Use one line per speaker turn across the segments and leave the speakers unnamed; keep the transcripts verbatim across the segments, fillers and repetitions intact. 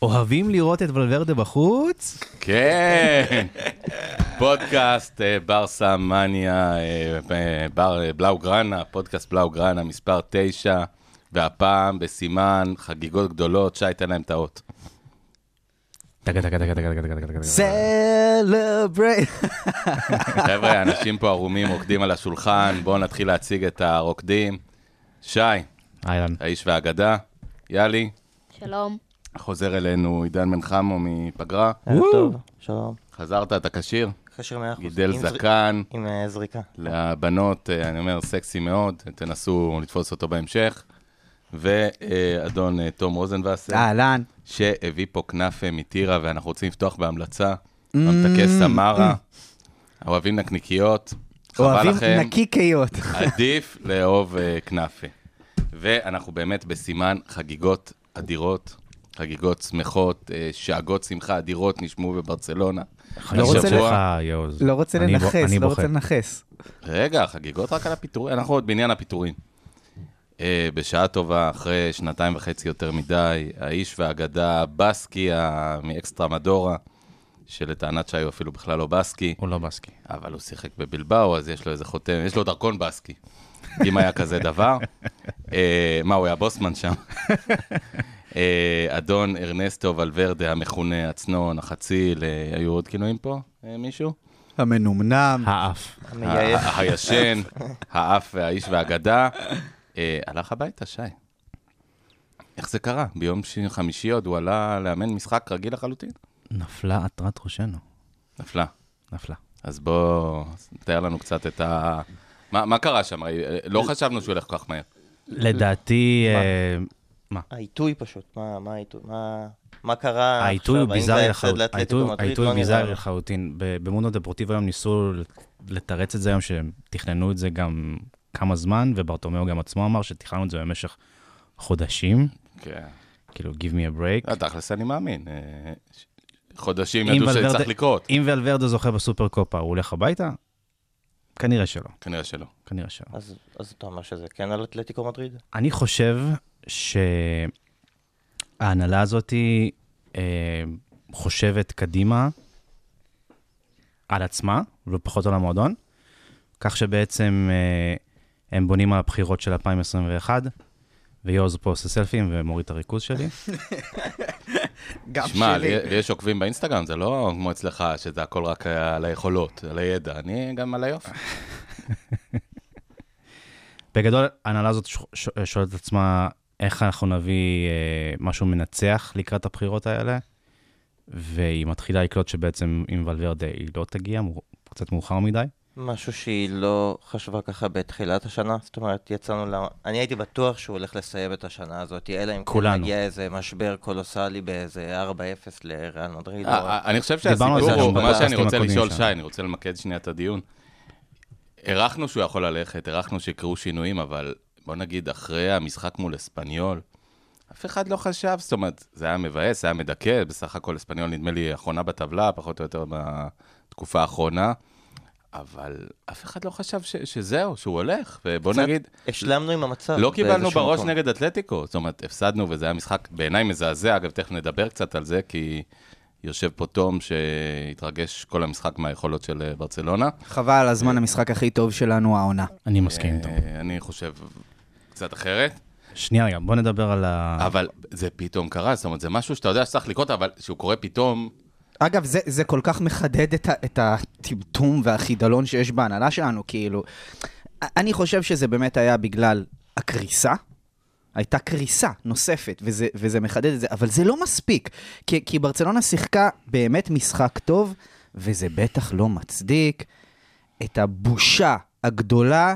אוהבים לראות את ולוורדה בחוץ?
כן, פודקאסט ברסה מניה, בלאוגרנה, פודקאסט בלאוגרנה, מספר תשע, והפעם בסימן חגיגות גדולות, שי תן להם תאות.
סלברייט.
חבר'ה, אנשים פה ערומים רוקדים על השולחן, בואו נתחיל להציג את הרוקדים. שי, האיש והאגדה, יאלי.
שלום.
חוזר אלינו עידן בן חמו מפגרה.
טוב, שלום.
חזרת, אתה כשיר?
כשיר מאה אחוז.
גידל זקן.
עם זריקה.
לבנות, אני אומר, סקסי מאוד, תנסו לתפוס אותו בהמשך. ואדון תום רוזנבסר.
אהלן.
שהביא פה כנאפה מטירה, ואנחנו רוצים לפתוח בהמלצה. ממתקי סמרה, אוהבים נקניקיות.
אוהבים נקיקיות.
עדיף לאהוב כנאפה. ואנחנו באמת בסימן חגיגות אדירות. חגיגות שמחות, שאגות שמחה אדירות נשמעו בברצלונה.
לא רוצה לך, יוז. לא רוצה לנחס, לא רוצה לנחס.
רגע, חגיגות רק על הפיטורים, אנחנו עוד בעניין הפיטורים. בשעה טובה, אחרי שנתיים וחצי יותר מדי, האיש והאגדה, בסקי מאקסטרמדורה, שלטענת שי הוא אפילו בכלל לא בסקי.
הוא לא בסקי.
אבל הוא שיחק בבלבאו, אז יש לו איזה חותם, יש לו דרכון בסקי. אם היה כזה דבר. מה, הוא היה בוסמן שם? אדון ארנסטו ולוורדה, המכונה הצנון, החציל, היו עוד כינויים פה? מישהו?
המנומנם.
האף.
הישן, האף והאיש והאגדה. הלך הביתה, שי. איך זה קרה? ביום חמישי עוד הוא עלה לאמן משחק רגיל לחלוטין?
נפלה עטרת ראשנו.
נפלה.
נפלה.
אז בוא, תאר לנו קצת את ה... מה קרה שם? לא חשבנו שהוא הולך כל כך מהר.
לדעתי...
מה? העיתוי פשוט, מה העיתוי? מה קרה?
העיתוי הוא ביזארי לחלוטין. העיתוי הוא ביזארי לחלוטין. במונדו דפורטיבו היום ניסו לתרץ את זה היום, שהם תכננו את זה גם כמה זמן, וברטומיאו גם עצמו אמר שתכננו את זה במשך חודשים.
כן.
כאילו, give me a break.
תכלס אני מאמין. חודשים ידעו שצריך לקרות.
אם ולוורדה זוכה בסופר קופה, הוא הולך הביתה? כנראה שלא.
כנראה שלא.
כנראה שלא.
אז אתה אומר שזה כן על אתלטיקו מדריד?
אני חושב שההנהלה הזאת אה, חושבת קדימה על עצמה, ופחות על המועדון, כך שבעצם אה, הם בונים על הבחירות של אלפיים עשרים ואחת, ויוז פה עושה סלפים ומוריד את הריכוז שלי.
גם שמה, שלי. לי יש עוקבים באינסטגרם, זה לא כמו אצלך, שזה הכל רק על היכולות, על הידע, אני גם על היופי.
בגדול, ההנהלה הזאת שואלת את עצמה, איך אנחנו נביא אה, משהו מנצח לקראת הבחירות האלה, והיא מתחילה לקלוט שבעצם עם ולוורדה היא לא תגיע, קצת מאוחר מדי.
משהו שהיא לא חשבה ככה בתחילת השנה, זאת אומרת, יצאנו לה... אני הייתי בטוח שהוא הולך לסיים את השנה הזאת, אלא אם כן מגיע איזה משבר קולוסלי באיזה ארבע אפס לריאל מדריד.
אני חושב שהסיפור, מה שאני רוצה לשאול שי, אני רוצה למקד שנייה את הדיון. ערכנו שהוא יכול ללכת, ערכנו שיקראו שינויים, אבל בוא נגיד, אחרי המשחק מול אספניול, אף אחד לא חשב, זאת אומרת, זה היה מבאס, זה היה מדכא, בסך הכל אספניול נדמה לי האחרונה בטבלה, פחות או יותר בתקופה האחרונה, אבל אף אחד לא חשב ש- שזהו, שהוא הולך, ובוא נגיד...
השלמנו עם המצב.
לא קיבלנו בראש מקום. נגד אתלטיקו, זאת אומרת, הפסדנו, וזה היה משחק בעיניי מזעזע, אגב, תכף נדבר קצת על זה, כי יושב פה תום שהתרגש כל המשחק מהיכולות של ברצלונה.
חבל על הזמן המשחק הכי טוב שלנו, העונה. אני מסכים איתו.
אני חושב קצת אחרת.
שנייה רגע, בוא נדבר על ה...
אבל זה פתאום קרה, זאת אומרת, זה משהו שאתה יודע שצריך לקרות, אבל שהוא קורה פתאום...
אגב, זה, זה כל כך מחדד את, ה, את הטמטום והחידלון שיש בהנהלה שלנו, כאילו, אני חושב שזה באמת היה בגלל הקריסה, הייתה קריסה נוספת, וזה, וזה מחדד את זה, אבל זה לא מספיק, כי, כי ברצלונה שיחקה באמת משחק טוב, וזה בטח לא מצדיק את הבושה הגדולה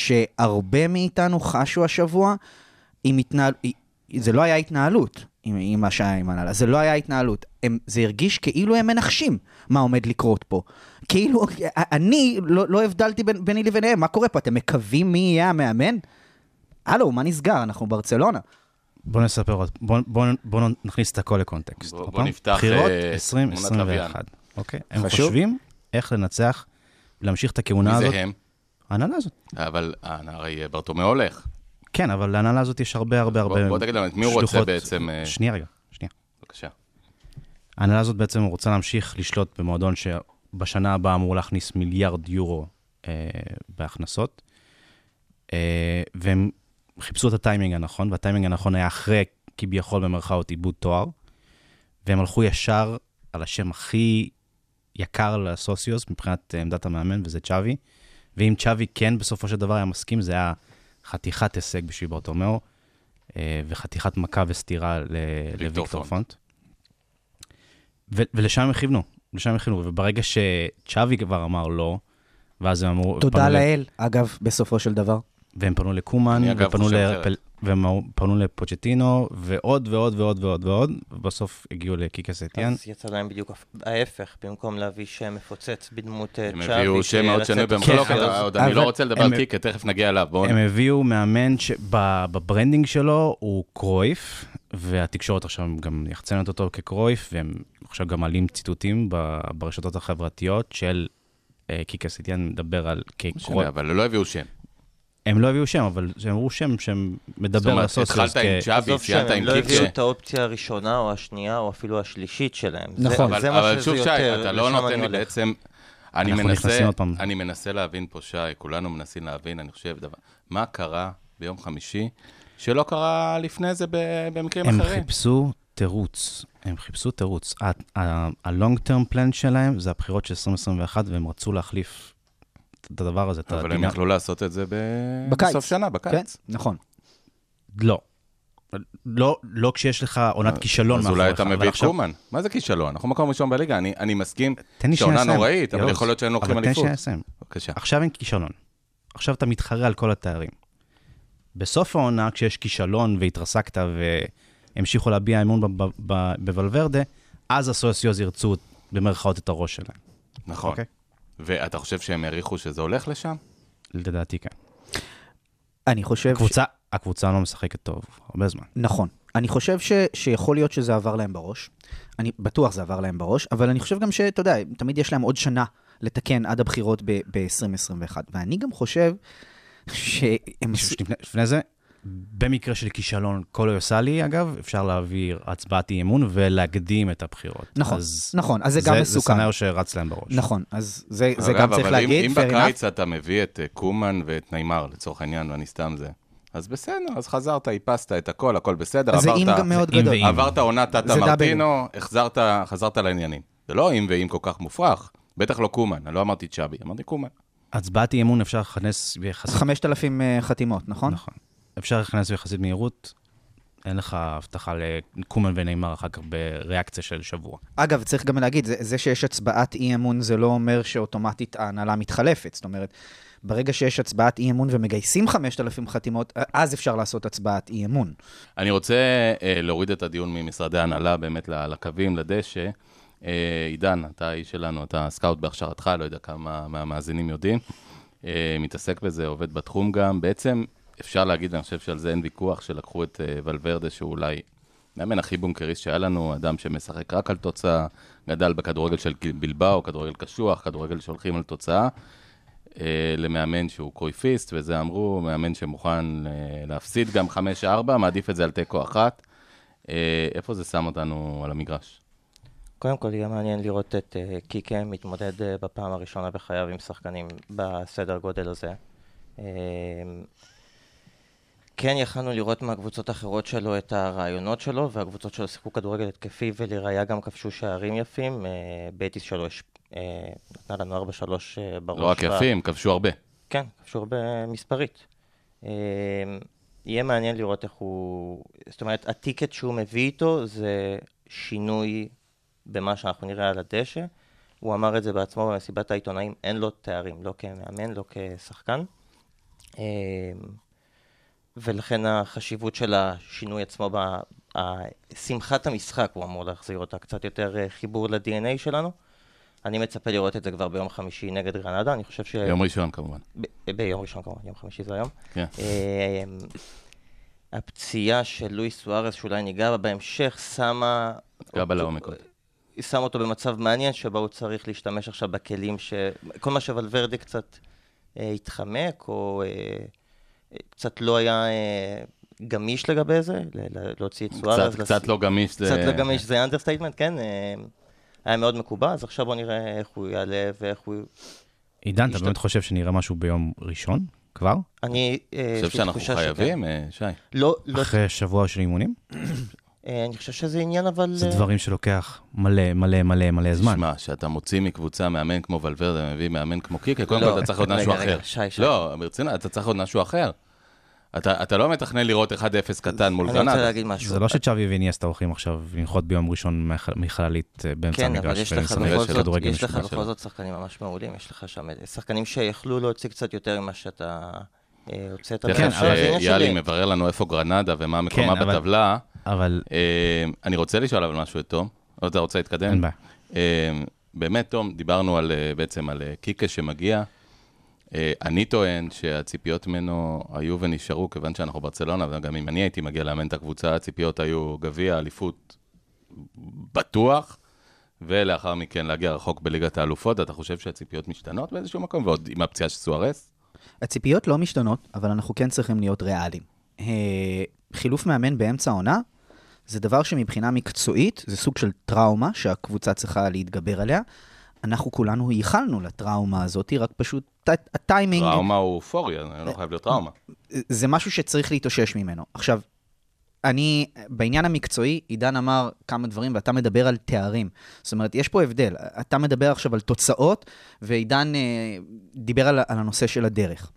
שהרבה מאיתנו חשו השבוע, עם התנהל... זה לא היה התנהלות, עם, עם מה שהיה עם הנהלה, זה לא היה התנהלות, הם, זה הרגיש כאילו הם מנחשים מה עומד לקרות פה, כאילו, אני לא, לא הבדלתי בין, ביני לביניהם, מה קורה פה, אתם מקווים מי יהיה המאמן? הלו, מה נסגר, אנחנו ברצלונה.
בוא נספר עוד, בוא, בוא, בוא נכניס את הכל לקונטקסט.
בוא, בוא נפתח
בחירות עשרים עשרים ואחת, אוקיי? הם
חשוב?
חושבים איך לנצח, להמשיך את הכהונה הזאת.
מי זה הם?
ההנהלה הזאת.
אבל הרי ברטומיאו הולך.
כן, אבל להנהלה הזאת יש הרבה הרבה הרבה
בוא תגיד לנו, מי הוא רוצה בעצם...
שנייה רגע, שנייה.
בבקשה.
ההנהלה הזאת בעצם רוצה להמשיך לשלוט במועדון שבשנה הבאה אמור להכניס מיליארד יורו אה, בהכנסות, אה, והם חיפשו את הטיימינג הנכון, והטיימינג הנכון היה אחרי כביכול במרכאות עיבוד תואר, והם הלכו ישר על השם הכי יקר לסוציוס מבחינת עמדת המאמן, וזה צ'אבי, ואם צ'אבי כן בסופו של דבר היה מסכים, זה היה חתיכת הישג בשביל ברטומאו, וחתיכת מכה וסתירה לוויקטור פונט. ולשם הם הכיוונו, לשם הם הכיוונו, וברגע שצ'אבי כבר אמר לא, ואז הם אמרו...
תודה לאל, אגב, בסופו של דבר.
והם פנו לקומן, ופנו לפל... והם פנו לפוצ'טינו, ועוד ועוד ועוד ועוד ועוד, ובסוף הגיעו לקיקה סטיאן.
אז יצא להם בדיוק ההפך, במקום להביא שם מפוצץ בדמות צ'אבי.
הם הביאו שם מאוד שונה במחלוקת, עוד אני לא רוצה לדבר על קיקה, תכף נגיע אליו.
הם הביאו מאמן שבברנדינג שלו הוא קרויף, והתקשורת עכשיו גם יחצנת אותו כקרויף, והם עכשיו גם מעלים ציטוטים ברשתות החברתיות של קיקה סטיאן מדבר על כקרויף.
אבל לא הביאו שם.
הם לא הביאו שם, אבל הם אמרו שם שהם מדבר על הסוציוס.
התחלת עם צ'אבי, ציינת עם
קיקה. הם לא הביאו את האופציה הראשונה או השנייה, או אפילו השלישית שלהם.
נכון.
אבל שוב שי, אתה לא נותן לי בעצם... אני מנסה להבין פה שי, כולנו מנסים להבין, אני חושב, מה קרה ביום חמישי, שלא קרה לפני זה במקרים אחרים?
הם חיפשו תירוץ, הם חיפשו תירוץ. ה-long term plan שלהם זה הבחירות של עשרים עשרים ואחת, והם רצו להחליף את הדבר הזה.
אבל הם יכלו לעשות את זה בסוף שנה, בקיץ.
נכון.
לא. לא כשיש לך עונת כישלון.
אז אולי אתה מביא את קומן. מה זה כישלון? אנחנו מקום ראשון בליגה. אני מסכים שעונה נוראית, אבל יכול להיות שהיינו לוקחים אליפות.
אבל תן שיסיים. עכשיו אין כישלון. עכשיו אתה מתחרה על כל התארים. בסוף העונה, כשיש כישלון והתרסקת והמשיכו להביע אמון בוולברדה, אז הסוציוז ירצו במרכאות את הראש שלהם.
נכון. ואתה חושב שהם העריכו שזה הולך לשם?
לדעתי כן.
אני חושב...
הקבוצה, ש... הקבוצה לא משחקת טוב, הרבה זמן.
נכון. אני חושב ש... שיכול להיות שזה עבר להם בראש. אני בטוח זה עבר להם בראש, אבל אני חושב גם שאתה יודע, תמיד יש להם עוד שנה לתקן עד הבחירות ב-עשרים עשרים ואחת. ואני גם חושב שהם...
לפני, לפני זה, במקרה של כישלון קולוסלי, אגב, אפשר להעביר הצבעת אי אמון ולהקדים את הבחירות.
נכון,
אז
נכון, אז זה גם מסוכן.
זה סנאריו שרץ להם בראש.
נכון, אז זה, זה גם צריך להגיד.
אם בקיץ אתה מביא את קומן ואת ניימר, לצורך העניין, ואני סתם זה, אז בסדר, אז חזרת, איפסת את הכל, הכל בסדר,
אז זה אם גם מאוד גדול.
עברת עונת תת המרטינו, החזרת, חזרת לעניינים. זה לא אם ואם כל כך מופרך, בטח לא קומן, אני לא אמרתי צ'אבי, אמרתי קומן.
הצבעת אי אמון אפשר לכנס ביחסית...
חמשת אלפים חתימות, נכון?
נכון. אפשר לכנס ביחסית מהירות, אין לך הבטחה לקומן וניימר אחר כך בריאקציה של שבוע.
אגב, צריך גם להגיד, זה, זה שיש הצבעת אי אמון, זה לא אומר שאוטומטית ההנהלה מתחלפת. זאת אומרת, ברגע שיש הצבעת אי אמון ומגייסים חמשת אלפים חתימות, אז אפשר לעשות הצבעת אי אמון.
אני רוצה אה, להוריד את הדיון ממשרדי ההנהלה באמת לקווים, לדשא. אה, עידן, אתה האיש שלנו, אתה סקאוט בהכשרתך, לא יודע כמה מהמאזינים יודעים. אה, מתעסק בזה, עובד בתחום גם. בעצם אפשר להגיד, אני חושב שעל זה אין ויכוח, שלקחו את אה, ולוורדה, שהוא אולי מאמן הכי בונקריסט שהיה לנו, אדם שמשחק רק על תוצאה, גדל בכדורגל של בלבאו, כדורגל קשוח, כדורגל שהולכים על תוצאה. למאמן שהוא קרויפיסט, וזה אמרו, מאמן שמוכן להפסיד גם חמש ארבע, מעדיף את זה על תיקו אחת. איפה זה שם אותנו על המגרש?
קודם כל, יהיה מעניין לראות את קיקה מתמודד בפעם הראשונה בחייו עם שחקנים בסדר גודל הזה. כן, יכלנו לראות מהקבוצות האחרות שלו את הרעיונות שלו, והקבוצות שלו שיחקו כדורגל התקפי, ולראיה גם כבשו שערים יפים. בטיס שלו נתנה לנו ארבע שלוש בראש.
לא רק יפים, כבשו הרבה.
כן, כבשו הרבה מספרית. יהיה מעניין לראות איך הוא... זאת אומרת, הטיקט שהוא מביא איתו זה שינוי במה שאנחנו נראה על הדשא. הוא אמר את זה בעצמו במסיבת העיתונאים, אין לו תארים, לא כמאמן, לא כשחקן. ולכן החשיבות של השינוי עצמו, שמחת המשחק, הוא אמור להחזיר אותה קצת יותר חיבור ל-די אן איי שלנו. אני מצפה לראות את זה כבר ביום חמישי נגד גרנדה, אני חושב ש...
ביום ראשון כמובן.
ב- ביום ראשון כמובן, יום חמישי זה היום.
כן.
הפציעה של לואיס סוארס, שאולי ניגע בה בהמשך, שמה...
גבה לעומק.
היא שמה אותו במצב מעניין, שבו הוא צריך להשתמש עכשיו בכלים ש... כל מה שוולברדה קצת התחמק, או קצת לא היה גמיש לגבי זה, להוציא את סוארז.
קצת לא גמיש.
קצת לא גמיש, זה אנדרסטייטמנט, כן. היה מאוד מקובע, אז עכשיו בוא נראה איך הוא יעלה ואיך הוא...
עידן, אתה באמת חושב שנראה משהו ביום ראשון כבר?
אני
חושב שאנחנו חייבים, שי.
אחרי שבוע של אימונים?
אני חושב שזה עניין, אבל...
זה דברים שלוקח מלא, מלא, מלא, מלא זמן.
תשמע, שאתה מוציא מקבוצה מאמן כמו ולוורדה, מביא מאמן כמו קיקה, קודם כל אתה צריך עוד משהו אחר. לא, ברצינות, אתה צריך עוד משהו אחר. אתה לא מתכנן לראות אחד אפס קטן מול גרנדה.
אני רוצה להגיד משהו.
זה לא שצ'אבי ואיניאסטה הולכים עכשיו לנחות ביום ראשון מחללית באמצע המגרש.
כן, אבל יש לך בכל זאת שחקנים ממש מעולים, יש לך שם שחקנים שיכלו להוציא קצת יותר ממה שאתה הוצאת.
תכף שיאלי מברר לנו איפה גרנדה ומה מקומה בטבלה.
אבל...
אני רוצה לשאול אבל משהו את תום. או אתה רוצה להתקדם?
אין בעיה.
באמת, תום, דיברנו בעצם על קיקה שמגיע. אני טוען שהציפיות ממנו היו ונשארו, כיוון שאנחנו ברצלונה, וגם אם אני הייתי מגיע לאמן את הקבוצה, הציפיות היו גביע, אליפות בטוח, ולאחר מכן להגיע רחוק בליגת האלופות. אתה חושב שהציפיות משתנות באיזשהו מקום, ועוד עם הפציעה של סוארס?
הציפיות לא משתנות, אבל אנחנו כן צריכים להיות ריאליים. חילוף מאמן באמצע העונה, זה דבר שמבחינה מקצועית, זה סוג של טראומה שהקבוצה צריכה להתגבר עליה. אנחנו כולנו ייחלנו לטראומה הזאת, רק פשוט הטיימינג...
טראומה הוא אופוריה, זה לא חייב להיות טראומה.
זה משהו שצריך להתאושש ממנו. עכשיו, אני, בעניין המקצועי, עידן אמר כמה דברים, ואתה מדבר על תארים. זאת אומרת, יש פה הבדל. אתה מדבר עכשיו על תוצאות, ועידן אה, דיבר על, על הנושא של הדרך.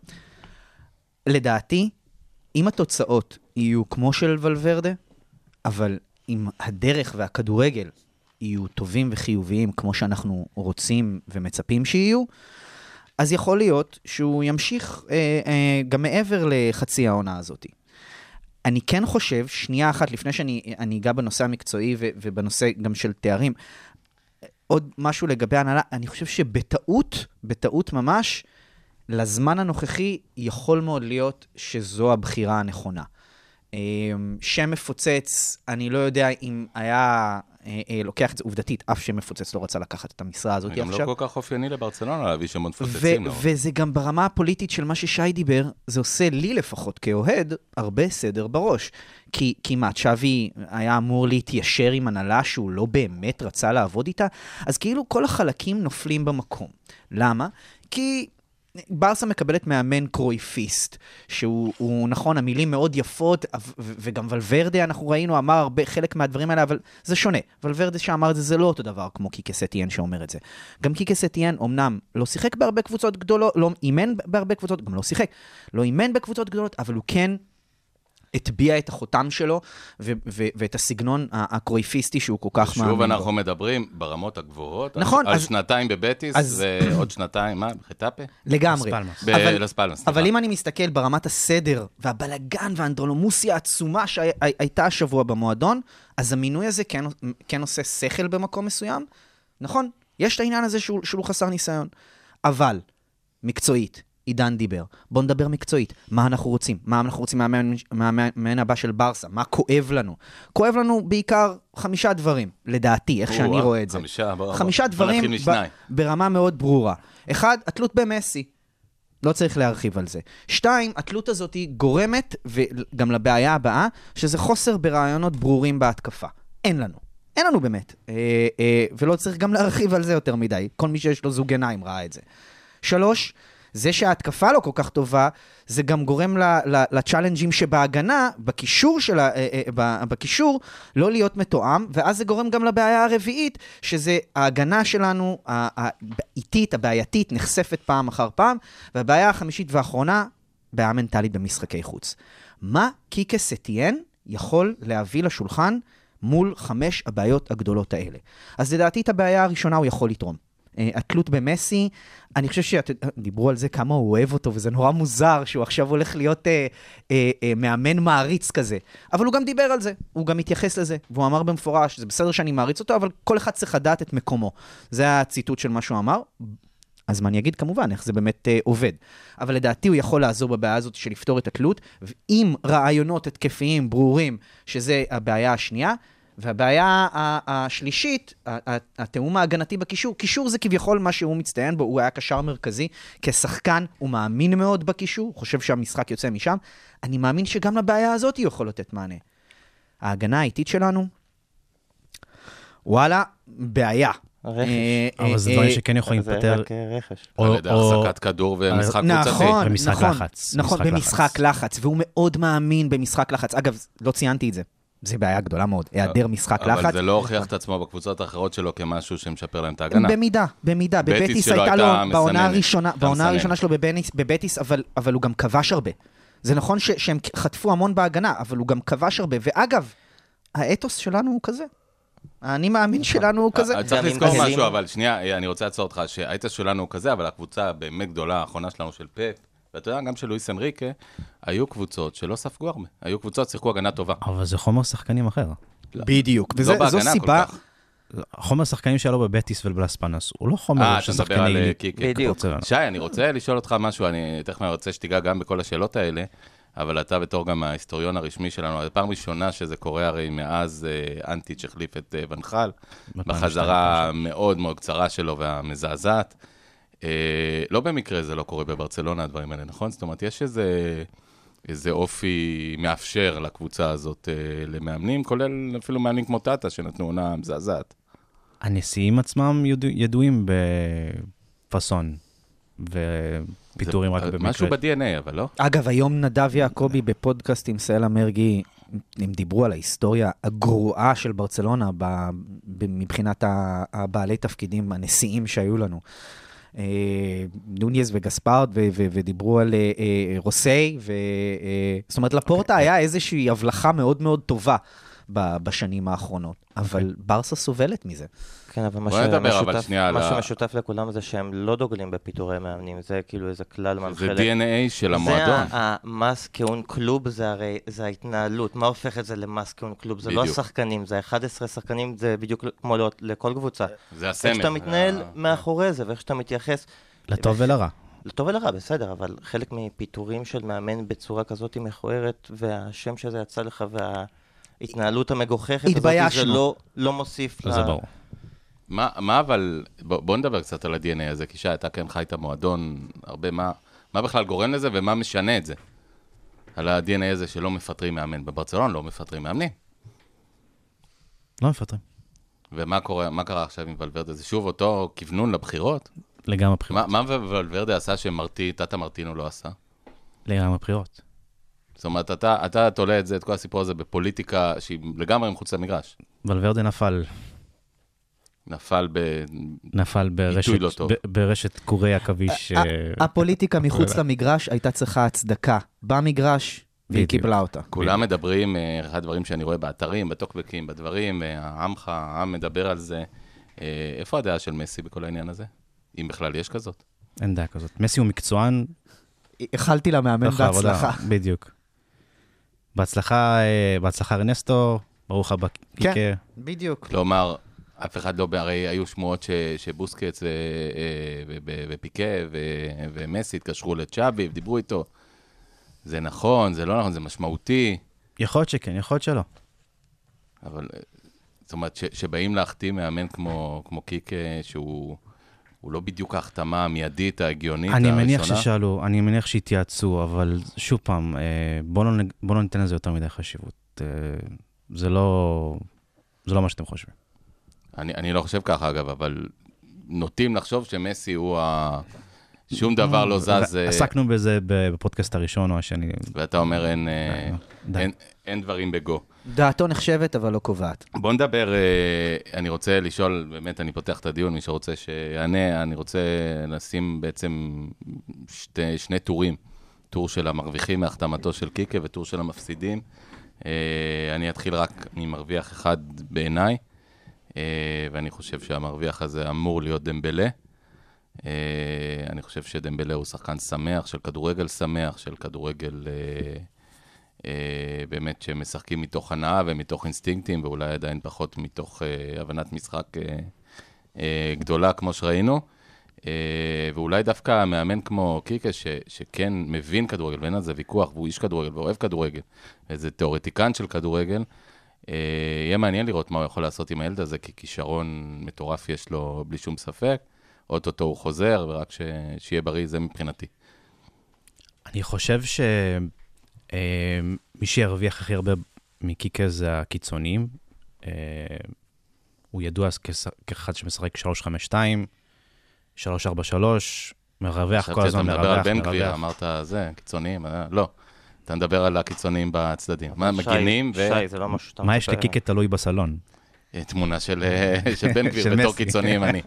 לדעתי, אם התוצאות יהיו כמו של ולוורדה, אבל אם הדרך והכדורגל יהיו טובים וחיוביים כמו שאנחנו רוצים ומצפים שיהיו, אז יכול להיות שהוא ימשיך אה, אה, גם מעבר לחצי העונה הזאת. אני כן חושב, שנייה אחת לפני שאני אני אגע בנושא המקצועי ו, ובנושא גם של תארים, עוד משהו לגבי הנהלה, אני חושב שבטעות, בטעות ממש, לזמן הנוכחי יכול מאוד להיות שזו הבחירה הנכונה. שם מפוצץ, אני לא יודע אם היה לוקח את זה עובדתית, אף שם מפוצץ לא רצה לקחת את המשרה הזאת עכשיו.
גם לא כל כך אופייני לברצלונה להביא שמות מפוצצים.
וזה גם ברמה הפוליטית של מה ששי דיבר, זה עושה לי לפחות כאוהד הרבה סדר בראש. כי כמעט שווי היה אמור להתיישר עם הנהלה שהוא לא באמת רצה לעבוד איתה, אז כאילו כל החלקים נופלים במקום. למה? כי... ברסה מקבלת מאמן קרויפיסט, שהוא נכון, המילים מאוד יפות, וגם ולוורדה, אנחנו ראינו, אמר הרבה, חלק מהדברים האלה, אבל זה שונה. ולוורדה שאמר את זה, זה לא אותו דבר, כמו קיקה סטיאן שאומר את זה. גם קיקה סטיאן, אמנם, לא שיחק בהרבה קבוצות גדולות, לא אימן בהרבה קבוצות, גם לא שיחק, לא אימן בקבוצות גדולות, אבל הוא כן הטביע את החותם שלו, ו- ו- ואת הסגנון הקרויפיסטי שהוא כל כך מאמין בו.
שוב אנחנו מדברים ברמות הגבוהות, נכון, על, אז, על שנתיים בבטיס, אז, ועוד שנתיים, מה, בחטאפה?
לגמרי.
בלספלמס.
אבל, אבל אם אני מסתכל ברמת הסדר, והבלגן והאנדרולמוסיה העצומה שהייתה השבוע במועדון, אז המינוי הזה כן, כן עושה שכל במקום מסוים, נכון? יש את העניין הזה שהוא, שהוא חסר ניסיון. אבל, מקצועית, עידן דיבר. בוא נדבר מקצועית. מה אנחנו רוצים? מה אנחנו רוצים מהמאמן הבא של ברסה? מה כואב לנו? כואב לנו בעיקר חמישה דברים, לדעתי, איך שאני רואה את זה.
חמישה,
חמישה דברים ברמה מאוד ברורה. אחד, התלות במסי. לא צריך להרחיב על זה. שתיים, התלות הזאת היא גורמת, וגם לבעיה הבאה, שזה חוסר ברעיונות ברורים בהתקפה. אין לנו. אין לנו באמת. ולא צריך גם להרחיב על זה יותר מדי. כל מי שיש לו זוג עיניים ראה את זה. שלוש, זה שההתקפה לא כל כך טובה, זה גם גורם לצ'אלנג'ים שבהגנה, בקישור, של, בקישור, לא להיות מתואם, ואז זה גורם גם לבעיה הרביעית, שזה ההגנה שלנו, האיטית, הבעייתית, נחשפת פעם אחר פעם, והבעיה החמישית והאחרונה, בעיה מנטלית במשחקי חוץ. מה קיקה סטיאן יכול להביא לשולחן מול חמש הבעיות הגדולות האלה? אז לדעתי את הבעיה הראשונה הוא יכול לתרום. התלות במסי, אני חושב שדיברו על זה כמה הוא אוהב אותו, וזה נורא מוזר שהוא עכשיו הולך להיות אה, אה, אה, מאמן מעריץ כזה. אבל הוא גם דיבר על זה, הוא גם התייחס לזה, והוא אמר במפורש, זה בסדר שאני מעריץ אותו, אבל כל אחד צריך לדעת את מקומו. זה הציטוט של מה שהוא אמר. אז מה אני אגיד כמובן, איך זה באמת אה, עובד. אבל לדעתי הוא יכול לעזור בבעיה הזאת של לפתור את התלות, עם רעיונות התקפיים ברורים, שזה הבעיה השנייה, והבעיה השלישית, התאום ההגנתי בקישור, קישור זה כביכול מה שהוא מצטיין בו, הוא היה קשר מרכזי, כשחקן הוא מאמין מאוד בקישור, הוא חושב שהמשחק יוצא משם, אני מאמין שגם לבעיה הזאת יכול לתת מענה. ההגנה האיטית שלנו, וואלה, בעיה.
אבל זה דברים שכן יכולים לפתר.
זה רק רכש.
על ידי החזקת כדור ומשחק קבוצתי.
נכון,
במשחק
נכון,
לחץ.
נכון, במשחק לחץ, והוא מאוד מאמין במשחק לחץ. אגב, לא ציינתי את זה. זה בעיה גדולה מאוד, היעדר משחק לחץ.
אבל זה לא הוכיח את עצמו בקבוצות האחרות שלו כמשהו שמשפר להם את ההגנה.
במידה, במידה. בבטיס הייתה לו, בעונה הראשונה, בעונה הראשונה שלו בבטיס, אבל הוא גם כבש הרבה. זה נכון שהם חטפו המון בהגנה, אבל הוא גם כבש הרבה. ואגב, האתוס שלנו הוא כזה. אני מאמין שלנו הוא כזה.
צריך לזכור משהו, אבל שנייה, אני רוצה לעצור אותך, שהאתוס שלנו הוא כזה, אבל הקבוצה באמת גדולה, האחרונה שלנו של פפ, ואתה יודע, גם של לואיס אנריקה, היו קבוצות שלא ספגו הרבה. היו קבוצות, שיחקו הגנה טובה.
אבל זה חומר שחקנים אחר.
בדיוק.
לא בהגנה כל כך.
חומר שחקנים שלו בבטיס ולבלספנס, הוא לא חומר של שחקני...
אה, אתה מדבר על קיקה.
בדיוק.
שי, אני רוצה לשאול אותך משהו, אני תכף רוצה שתיגע גם בכל השאלות האלה, אבל אתה בתור גם ההיסטוריון הרשמי שלנו, הפעם ראשונה שזה קורה הרי מאז אנטיץ' החליף את ונחל, בחזרה מאוד מאוד קצרה שלו והמזעזעת. לא במקרה זה לא קורה בברצלונה, הדברים האלה, נכון? זאת אומרת, יש איזה, איזה אופי מאפשר לקבוצה הזאת למאמנים, כולל אפילו מאמנים כמו טאטה, שנתנו עונה מזעזעת.
הנשיאים עצמם ידועים בפסון, ופיתורים רק במקרה.
משהו ב-די אן איי, אבל לא?
אגב, היום נדב יעקובי בפודקאסט עם סלע מרגי, הם דיברו על ההיסטוריה הגרועה של ברצלונה, מבחינת הבעלי תפקידים, הנשיאים שהיו לנו. נוניאז וגספרד, ודיברו על רוסי, זאת אומרת, לפורטה היה איזושהי הבלחה מאוד מאוד טובה בשנים האחרונות, אבל ברסה סובלת מזה.
כן, אבל מה שמשותף לכולם זה שהם לא דוגלים בפיטורי מאמנים, זה כאילו איזה כלל מנחה.
זה די אן איי של המועדון.
זה המס כאון קלוב, זה הרי, זה ההתנהלות. מה הופך את זה למס כאון קלוב? זה לא השחקנים, זה אחד עשרה שחקנים, זה בדיוק כמו לכל קבוצה.
זה הסמל.
איך שאתה מתנהל מאחורי זה, ואיך שאתה מתייחס.
לטוב ולרע.
לטוב ולרע, בסדר, אבל חלק מפיטורים של מאמן בצורה כזאת היא מכוערת, והשם שזה יצא לך, וההתנהלות המגוחכת הזאת, זה לא, לא מוסיף.
זה ברור.
מה, מה אבל, בוא, בוא נדבר קצת על ה-די אן איי הזה, כי שי, אתה כן חי את המועדון, הרבה, מה, מה בכלל גורם לזה ומה משנה את זה? על ה-די אן איי הזה שלא מפטרים מאמן. בברצלונה לא מפטרים מאמנים.
לא מפטרים.
ומה קורה, מה קרה עכשיו עם ולוורדה? זה שוב אותו כיוונון לבחירות?
לגמרי בחירות.
מה, מה ולוורדה עשה שמרטי, טאטה מרטינו לא עשה?
לגמרי בחירות.
זאת אומרת, אתה, אתה תולה את זה, את כל הסיפור הזה בפוליטיקה שהיא לגמרי מחוץ למגרש.
ולוורדה נפל.
נפל ב...
נפל ברשת, ב, ברשת קורי עכביש.
הפוליטיקה מחוץ למגרש הייתה צריכה הצדקה במגרש, והיא קיבלה אותה.
כולם מדברים, אחד הדברים שאני רואה באתרים, בטוקבקים, בדברים, העמך, העם מדבר על זה. איפה הדעה של מסי בכל העניין הזה? אם בכלל יש כזאת?
אין דעה כזאת. מסי הוא מקצוען.
החלתי למאמן בהצלחה.
בדיוק. בהצלחה, בהצלחה רנסטו, ברוך הבא קיקה.
כן, בדיוק.
כלומר, אף אחד לא, הרי היו שמועות שבוסקץ ופיקה ומסי התקשרו לצ'אבי ודיברו איתו. זה נכון, זה לא נכון, זה משמעותי.
יכול להיות שכן, יכול להיות שלא.
אבל, זאת אומרת, שבאים להחתים מאמן כמו קיקה, שהוא לא בדיוק ההחתמה המיידית, ההגיונית, הראשונה.
אני מניח ששאלו, אני מניח שהתייעצו, אבל שוב פעם, בואו לא ניתן לזה יותר מדי חשיבות. זה לא מה שאתם חושבים.
אני, אני לא חושב ככה, אגב, אבל נוטים לחשוב שמסי הוא ה... שום דבר לא זז.
עסקנו בזה בפודקאסט הראשון או השני.
ואתה אומר, אין, אין, אין דברים בגו.
דעתו נחשבת, אבל לא קובעת.
בוא נדבר, אני רוצה לשאול, באמת, אני פותח את הדיון, מי שרוצה שיענה, אני רוצה לשים בעצם שתי, שני טורים. טור של המרוויחים מהחתמתו של קיקה וטור של המפסידים. אני אתחיל רק ממרוויח אחד בעיניי. ואני חושב שהמרוויח הזה אמור להיות דמבלה. אני חושב שדמבלה הוא שחקן שמח, של כדורגל שמח, של כדורגל באמת שמשחקים מתוך הנאה ומתוך אינסטינקטים, ואולי עדיין פחות מתוך הבנת משחק גדולה כמו שראינו. ואולי דווקא המאמן כמו קיקה, שכן מבין כדורגל, ואין על זה ויכוח, והוא איש כדורגל ואוהב כדורגל, איזה תיאורטיקן של כדורגל, יהיה מעניין לראות מה הוא יכול לעשות עם הילד הזה, כי כישרון מטורף יש לו בלי שום ספק. אוטוטו הוא חוזר, ורק ש... שיהיה בריא, זה מבחינתי.
אני חושב שמי שירוויח הכי הרבה מקיקה זה הקיצוניים. הוא ידוע כאחד שמשחק שלוש חמש שתיים, שלוש ארבע שלוש, מרווח כל הזמן, מרווח,
מרווח. אתה מדבר על בן גביר, אמרת זה, קיצוניים, לא. אתה מדבר על הקיצוניים בצדדים. מה, מגינים ו...
שי, זה לא משהו שאתה...
מה יש לקיקה תלוי בסלון?
תמונה של בן גביר בתור קיצוניים, אני.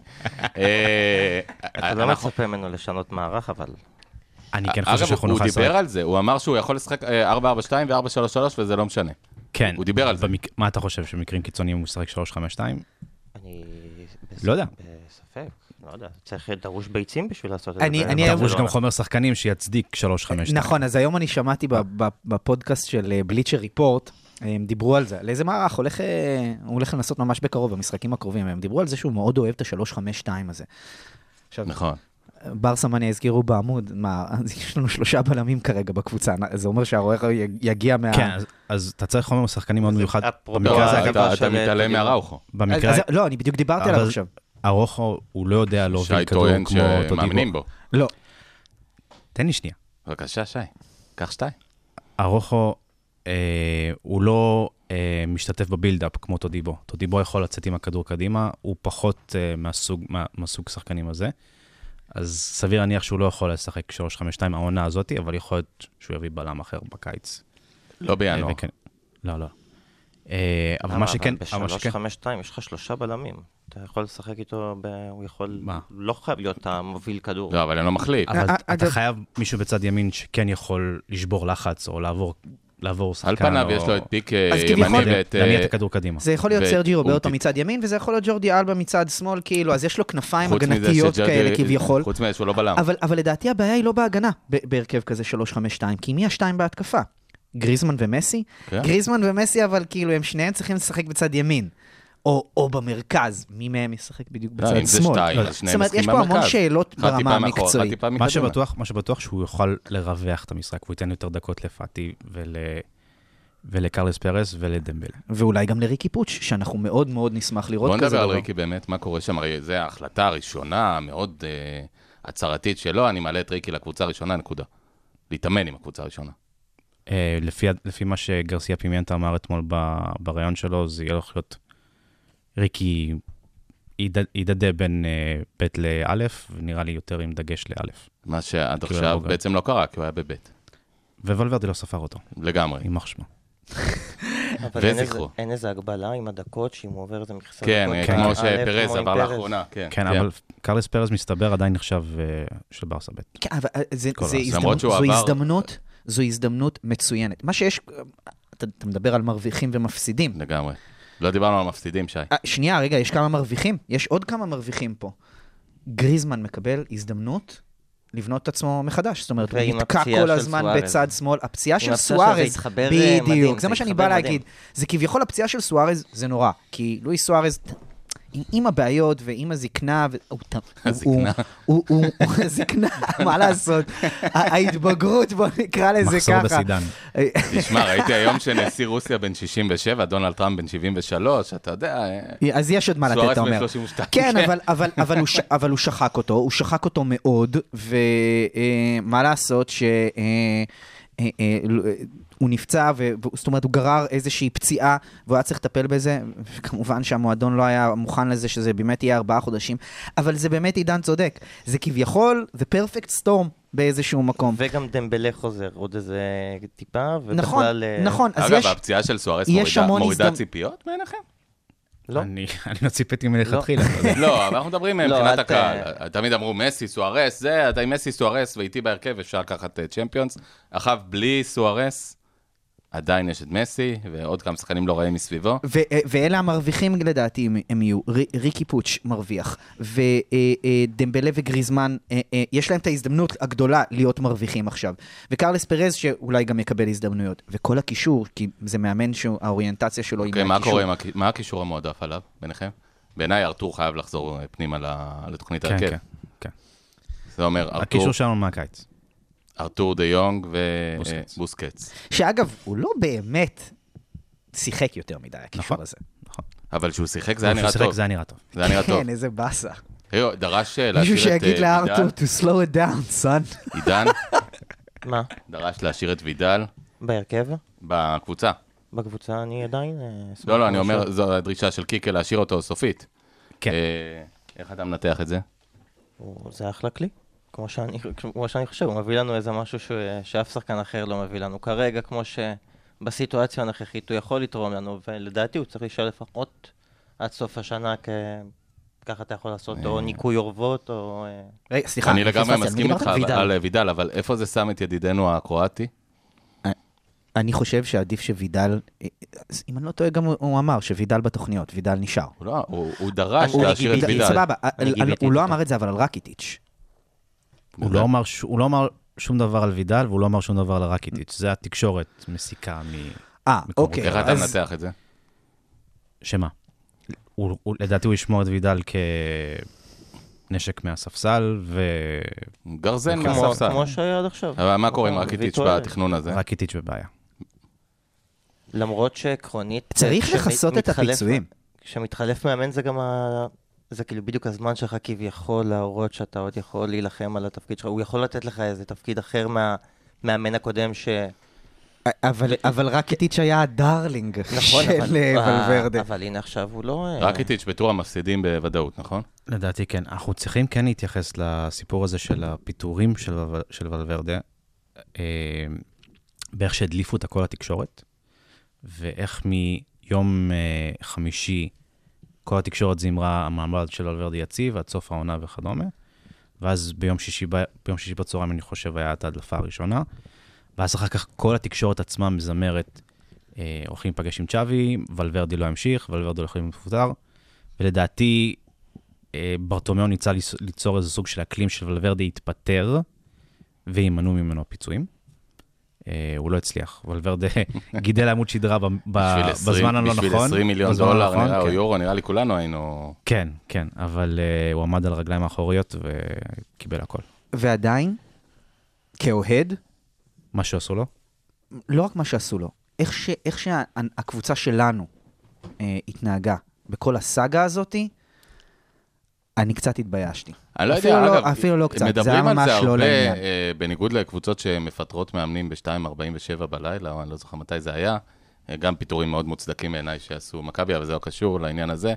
אתה לא מצפה ממנו לשנות מערך, אבל...
אני כן חושב שאנחנו נוכל לשחק.
הוא דיבר על זה, הוא אמר שהוא יכול לשחק ארבע ארבע שתיים ו-ארבע שלוש שלוש, וזה לא משנה.
כן.
הוא דיבר על זה.
מה אתה חושב, שמקרים קיצוניים הוא ישחק שלוש חמש שתיים?
אני...
לא יודע.
בספק, לא יודע. צריך דרוש ביצים בשביל לעשות את זה.
דרוש גם חומר שחקנים שיצדיק שלוש חמש שתיים.
נכון, אז היום אני שמעתי בפודקאסט של בליצ'ר ריפורט, הם דיברו על זה, על איזה מערך הוא הולך לנסות ממש בקרוב, במשחקים הקרובים, הם דיברו על זה שהוא מאוד אוהב את ה-שלוש חמש שתיים הזה.
נכון.
בר סמני הזכירו בעמוד, מה, יש לנו שלושה בלמים כרגע בקבוצה, זה אומר שהרועך יגיע מה...
כן, אז אתה צריך חומר שחקנים מאוד מיוחד.
אתה מתעלם מהראוכו.
לא, אני בדיוק דיברתי עליו עכשיו.
הרוחו, הוא לא יודע להוביל כדור כמו
שי טוען שמאמינים בו.
לא.
תן לי שנייה.
בבקשה, שי. קח שתיים.
הרוחו, הוא לא משתתף בבילדאפ כמו טודיבו. טודיבו יכול לצאת עם הכדור קדימה, הוא פחות מהסוג שחקנים הזה. אז סביר להניח שהוא לא יכול לשחק שלוש חמש שתיים העונה הזאת, אבל יכול להיות שהוא יביא בלם אחר בקיץ.
לא בינואר.
לא, לא. אבל מה שכן...
ב-שלוש חמש שתיים יש לך שלושה בלמים. אתה יכול לשחק איתו, הוא יכול... לא חייב להיות המוביל כדור.
לא, אבל אני לא מחליט.
אבל אתה חייב מישהו בצד ימין שכן יכול לשבור לחץ, או לעבור... לעבור שחקן.
על פניו יש לו את פיק ימני ואת...
להניע את הכדור קדימה.
זה יכול להיות סרג'י רוברטו מצד ימין, וזה יכול להיות ג'ורדי אלבה מצד שמאל, כאילו, אז יש לו כנפיים הגנתיות כאלה כביכול.
חוץ מזה שהוא לא בלם.
אבל לדעתי הבעיה היא לא בהגנה, בהרכב כזה שלוש חמש שתיים, כי מי השתיים בהתקפה? גריזמן ומסי? גריזמן ומסי, אבל כאילו, הם שניהם צריכים לשחק בצד ימין. או במרכז, מי מהם ישחק בדיוק בצד שמאל. זאת אומרת, יש פה המון שאלות ברמה המקצועית.
מה שבטוח שהוא יוכל לרווח את המשחק, הוא ייתן יותר דקות לפאטי ולקרלס פרס ולדמבל.
ואולי גם לריקי פוץ', שאנחנו מאוד מאוד נשמח לראות כזה.
בוא נדבר על ריקי באמת, מה קורה שם, הרי זו ההחלטה הראשונה, מאוד הצהרתית שלו, אני מעלה את ריקי לקבוצה הראשונה, נקודה. להתאמן עם הקבוצה הראשונה.
לפי מה שגרסיה פימנטה אמר אתמול ברעיון שלו, זה יהיה להיות ריקי ידדה בין ב' לאלף, ונראה לי יותר עם דגש לאלף.
מה שעד עכשיו בעצם לא קרה, כי הוא היה בבית.
וולברדי לא ספר אותו.
לגמרי.
עם מחשמה.
אבל אין איזה הגבלה עם הדקות, שאם הוא עובר איזה מכסה...
כן, כמו שפרז עבר לאחרונה.
כן, אבל קרלס פרז מסתבר עדיין נחשב של ברסה ב'.
כן, אבל זו הזדמנות, זו הזדמנות מצוינת. מה שיש, אתה מדבר על מרוויחים ומפסידים.
לגמרי. לא דיברנו על מפסידים, שי.
שנייה, רגע, יש כמה מרוויחים? יש עוד כמה מרוויחים פה. גריזמן מקבל הזדמנות לבנות את עצמו מחדש. זאת אומרת, הוא נתקע כל הזמן בצד שמאל. הפציעה של סוארז, בדיוק, זה מה שאני בא להגיד. זה כביכול הפציעה של סוארז, זה נורא. כי לואי סוארז, עם הבעיות ועם הזקנה,
הזקנה.
הזקנה, מה לעשות? ההתבגרות, בוא נקרא לזה ככה.
מחסור בסידן.
תשמע, ראיתי היום שנשיא רוסיה בן שישים ושבע, דונלד טראמפ בן שבעים ושלוש, אתה יודע...
אז יש עוד מה לתת, אתה אומר. כן, אבל הוא שחק אותו, הוא שחק אותו מאוד, ומה לעשות ש... הוא נפצע, זאת אומרת, הוא גרר איזושהי פציעה, והוא היה צריך לטפל בזה, וכמובן שהמועדון לא היה מוכן לזה, שזה באמת יהיה ארבעה חודשים, אבל זה באמת עידן צודק. זה כביכול, זה פרפקט סטורם באיזשהו מקום.
וגם דמבלה חוזר, עוד איזה טיפה,
ובכלל... נכון, נכון.
אגב, הפציעה של סוארס מורידה ציפיות בעיניכם?
לא. אני לא ציפיתי מלכתחילה.
לא, אבל אנחנו מדברים מבחינת הקהל. תמיד אמרו, מסי, סוארס, זה, אתה עם מסי, סוארס, ואיתי בהרכב, אפשר לקחת צ'מפיונס. אחר, בלי סוארס, עדיין יש את מסי, ועוד כמה שחקנים לא רעים מסביבו.
ואלה המרוויחים, לדעתי, הם יהיו. ריקי פוץ' מרוויח, ודמבלה וגריזמן, יש להם את ההזדמנות הגדולה להיות מרוויחים עכשיו. וקרלס פרז, שאולי גם יקבל הזדמנויות. וכל הקישור, כי זה מאמן שהאוריינטציה שלו היא מהקישור.
מה הקישור המועדף עליו, ביניכם? בעיניי, ארתור חייב לחזור פנימה לתוכנית הרכב. כן, כן. זה אומר, ארתור...
הקישור שלנו מהקיץ.
ארתור דה יונג ובוסקץ.
שאגב, הוא לא באמת שיחק יותר מדי, הקישור הזה.
נכון. אבל כשהוא שיחק זה היה נראה טוב.
זה היה נראה טוב.
זה היה נראה טוב.
כן, איזה באסה.
דרש להשאיר את
מישהו שיגיד לארתור, to slow it down, son.
עידן?
מה?
דרש להשאיר את וידל.
בהרכב?
בקבוצה.
בקבוצה אני עדיין...
לא, לא, אני אומר, זו הדרישה של קיקה להשאיר אותו סופית.
כן.
איך אתה מנתח את זה?
זה אחלה כלי. כמו שאני, כמו שאני חושב, הוא מביא לנו איזה משהו ש... שאף שחקן אחר לא מביא לנו. כרגע, כמו שבסיטואציה הנוכחית הוא יכול לתרום לנו, ולדעתי הוא צריך להישאר לפחות עד סוף השנה, כ... ככה אתה יכול לעשות, או ניקוי אורוות, או...
רגע, סליחה.
אני לגמרי מסכים איתך על וידל, אבל איפה זה שם את ידידנו הקרואטי?
אני חושב שעדיף שווידל, אם אני לא טועה, גם הוא אמר שווידל בתוכניות, וידל נשאר.
הוא דרש להשאיר את וידל.
סבבה, הוא לא אמר את זה, אבל על רקיטיץ'.
הוא לא אמר שום דבר על וידל, והוא לא אמר שום דבר על רקיטיץ'. זה התקשורת מסיקה מ...
אה, אוקיי.
איך אתה מנתח את זה?
שמה? לדעתי הוא ישמור את וידל כנשק מהספסל, ו...
גרזן מהספסל.
כמו שהיה עד עכשיו.
אבל מה קורה עם רקיטיץ' בתכנון הזה?
רקיטיץ' בבעיה.
למרות שעקרונית...
צריך לחסות את הפיצויים.
כשמתחלף מאמן זה גם ה... זה כאילו בדיוק הזמן שלך כביכול להראות שאתה עוד יכול להילחם על התפקיד שלך. הוא יכול לתת לך איזה תפקיד אחר מהמאמן הקודם ש...
אבל רקיטיץ' היה הדרלינג של ולוורדה.
אבל הנה עכשיו הוא לא...
רקיטיץ' בטור המפסידים בוודאות, נכון?
לדעתי כן. אנחנו צריכים כן להתייחס לסיפור הזה של הפיתורים של ולוורדה, באיך שהדליפו את הכל התקשורת, ואיך מיום חמישי כל התקשורת זמרה המעמד של ולוורדה יציב, עד סוף העונה וכדומה, ואז ביום שישי, ביום שישי בצהריים אני חושב היה את ההדלפה הראשונה, ואז אחר כך כל התקשורת עצמה מזמרת, אה, הולכים לפגש עם צ'אבי, ולוורדה לא המשיך, ולוורדה לא יכולים לפוטר, ולדעתי אה, ברטומיאו ניסה ליצור איזה סוג של אקלים של ולוורדה יתפטר, וימנעו ממנו הפיצויים. אה, הוא לא הצליח. ולוורדה גידל עמוד שדרה ב, ב, בזמן הלא נכון.
בשביל עשרים מיליון דולר, נראה, או יורו, נראה לי כולנו היינו...
כן, כן, אבל אה, הוא עמד על הרגליים האחוריות וקיבל הכל.
ועדיין, כאוהד,
מה שעשו לו?
לא רק מה שעשו לו, איך, ש, איך שהקבוצה שלנו אה, התנהגה בכל הסאגה הזאת, אני קצת התביישתי.
אני לא יודע, אגב,
אפילו לא קצת,
זה היה ממש לא לעניין. בניגוד לקבוצות שמפטרות מאמנים ב-שתיים ארבעים ושבע בלילה, אני לא זוכר מתי זה היה, גם פיתורים מאוד מוצדקים בעיניי שעשו מכבי, אבל זה לא קשור לעניין הזה.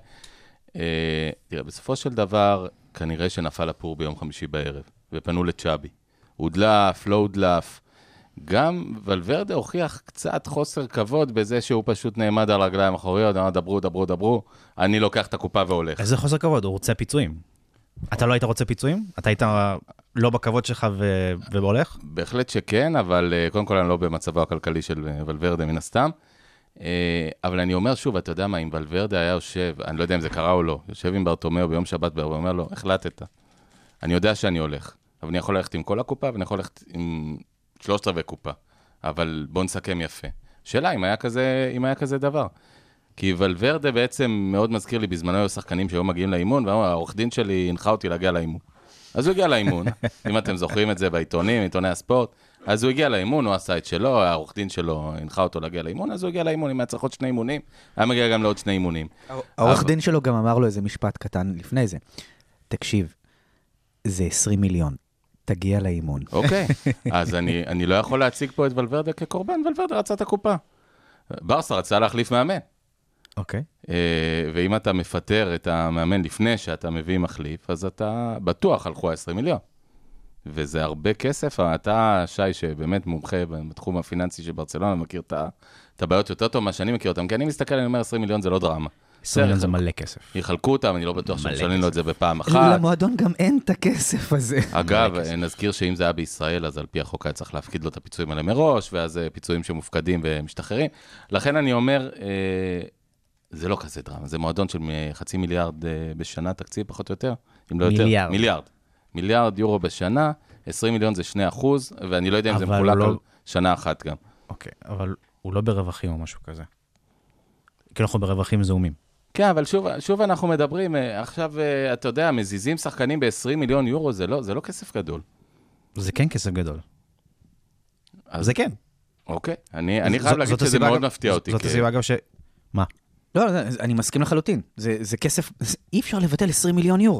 תראה, בסופו של דבר, כנראה שנפל הפור ביום חמישי בערב, ופנו לצ'אבי. הודלף, לא הודלף, גם ולוורדה הוכיח קצת חוסר כבוד בזה שהוא פשוט נעמד על רגליים אחוריות, דברו, דברו, דברו, אני לוקח את הקופה והולך.
איזה חוסר כבוד? הוא רוצה פיצויים. אתה לא היית רוצה פיצויים? אתה היית לא בכבוד שלך ו... והולך?
בהחלט שכן, אבל קודם כל אני לא במצבו הכלכלי של ולוורדה מן הסתם. אבל אני אומר שוב, אתה יודע מה, אם ולוורדה היה יושב, אני לא יודע אם זה קרה או לא, יושב עם ברטומיאו ביום שבת בערב, ואומר לו, החלטת. אני יודע שאני הולך, אבל אני יכול ללכת עם כל הקופה, ואני יכול ללכת עם שלושת רבעי קופה, אבל בוא נסכם יפה. שאלה, אם היה כזה, אם היה כזה דבר. כי ולוורדה בעצם מאוד מזכיר לי, בזמנו היו שחקנים שהיו מגיעים לאימון, ואמרו, העורך דין שלי הנחה אותי להגיע לאימון. אז הוא הגיע לאימון, אם אתם זוכרים את זה בעיתונים, עיתוני הספורט, אז הוא הגיע לאימון, הוא עשה את שלו, העורך דין שלו הנחה אותו להגיע לאימון, אז הוא הגיע לאימון, אם היה צריך עוד שני אימונים, היה מגיע גם לעוד שני אימונים.
העורך דין שלו גם אמר לו איזה משפט קטן לפני זה. תקשיב, זה עשרים מיליון. תגיע לאימון.
אוקיי, אז אני, אני לא יכול להציג פה את ולוורדה כקורבן, ולוורדה רצה את הקופה. ברסה רצה להחליף מאמן.
אוקיי.
ואם אתה מפטר את המאמן לפני שאתה מביא מחליף, אז אתה בטוח הלכו עשרים מיליון. וזה הרבה כסף. אתה, שי, שבאמת מומחה בתחום הפיננסי של ברצלונה, מכיר את הבעיות יותר טוב מה שאני מכיר אותם, כי אני מסתכל, אני אומר, עשרים מיליון זה לא דרמה.
עשרים מיליון זה מלא כסף.
יחלקו אותם, אני לא בטוח שמשלמים לו את זה בפעם אחת.
למועדון גם אין את הכסף הזה.
אגב, נזכיר שאם זה היה בישראל, אז על פי החוק היה צריך להפקיד לו את הפיצויים האלה מראש, ואז פיצויים שמופקדים ומשתחררים. לכן אני אומר, זה לא כזה דרמה, זה מועדון של חצי מיליארד בשנה, תקציב פחות או יותר, אם לא יותר.
מיליארד.
מיליארד. מיליארד יורו בשנה, עשרים מיליון זה שני אחוז, ואני לא יודע אם זה מחולק על שנה אחת גם.
אוקיי, אבל הוא לא ברווחים או משהו כזה. כי אנחנו ברווחים זעומים.
כן, אבל שוב, שוב אנחנו מדברים, עכשיו, אתה יודע, מזיזים שחקנים ב-עשרים מיליון יורו, זה לא, זה לא כסף גדול.
זה כן כסף גדול. אז... זה כן.
אוקיי, אני חייב להגיד שזה מאוד מפתיע אותי.
זאת הסיבה אגב ש... מה?
לא, אני מסכים לחלוטין. זה כסף, אי אפשר לבטל עשרים מיליון יורו.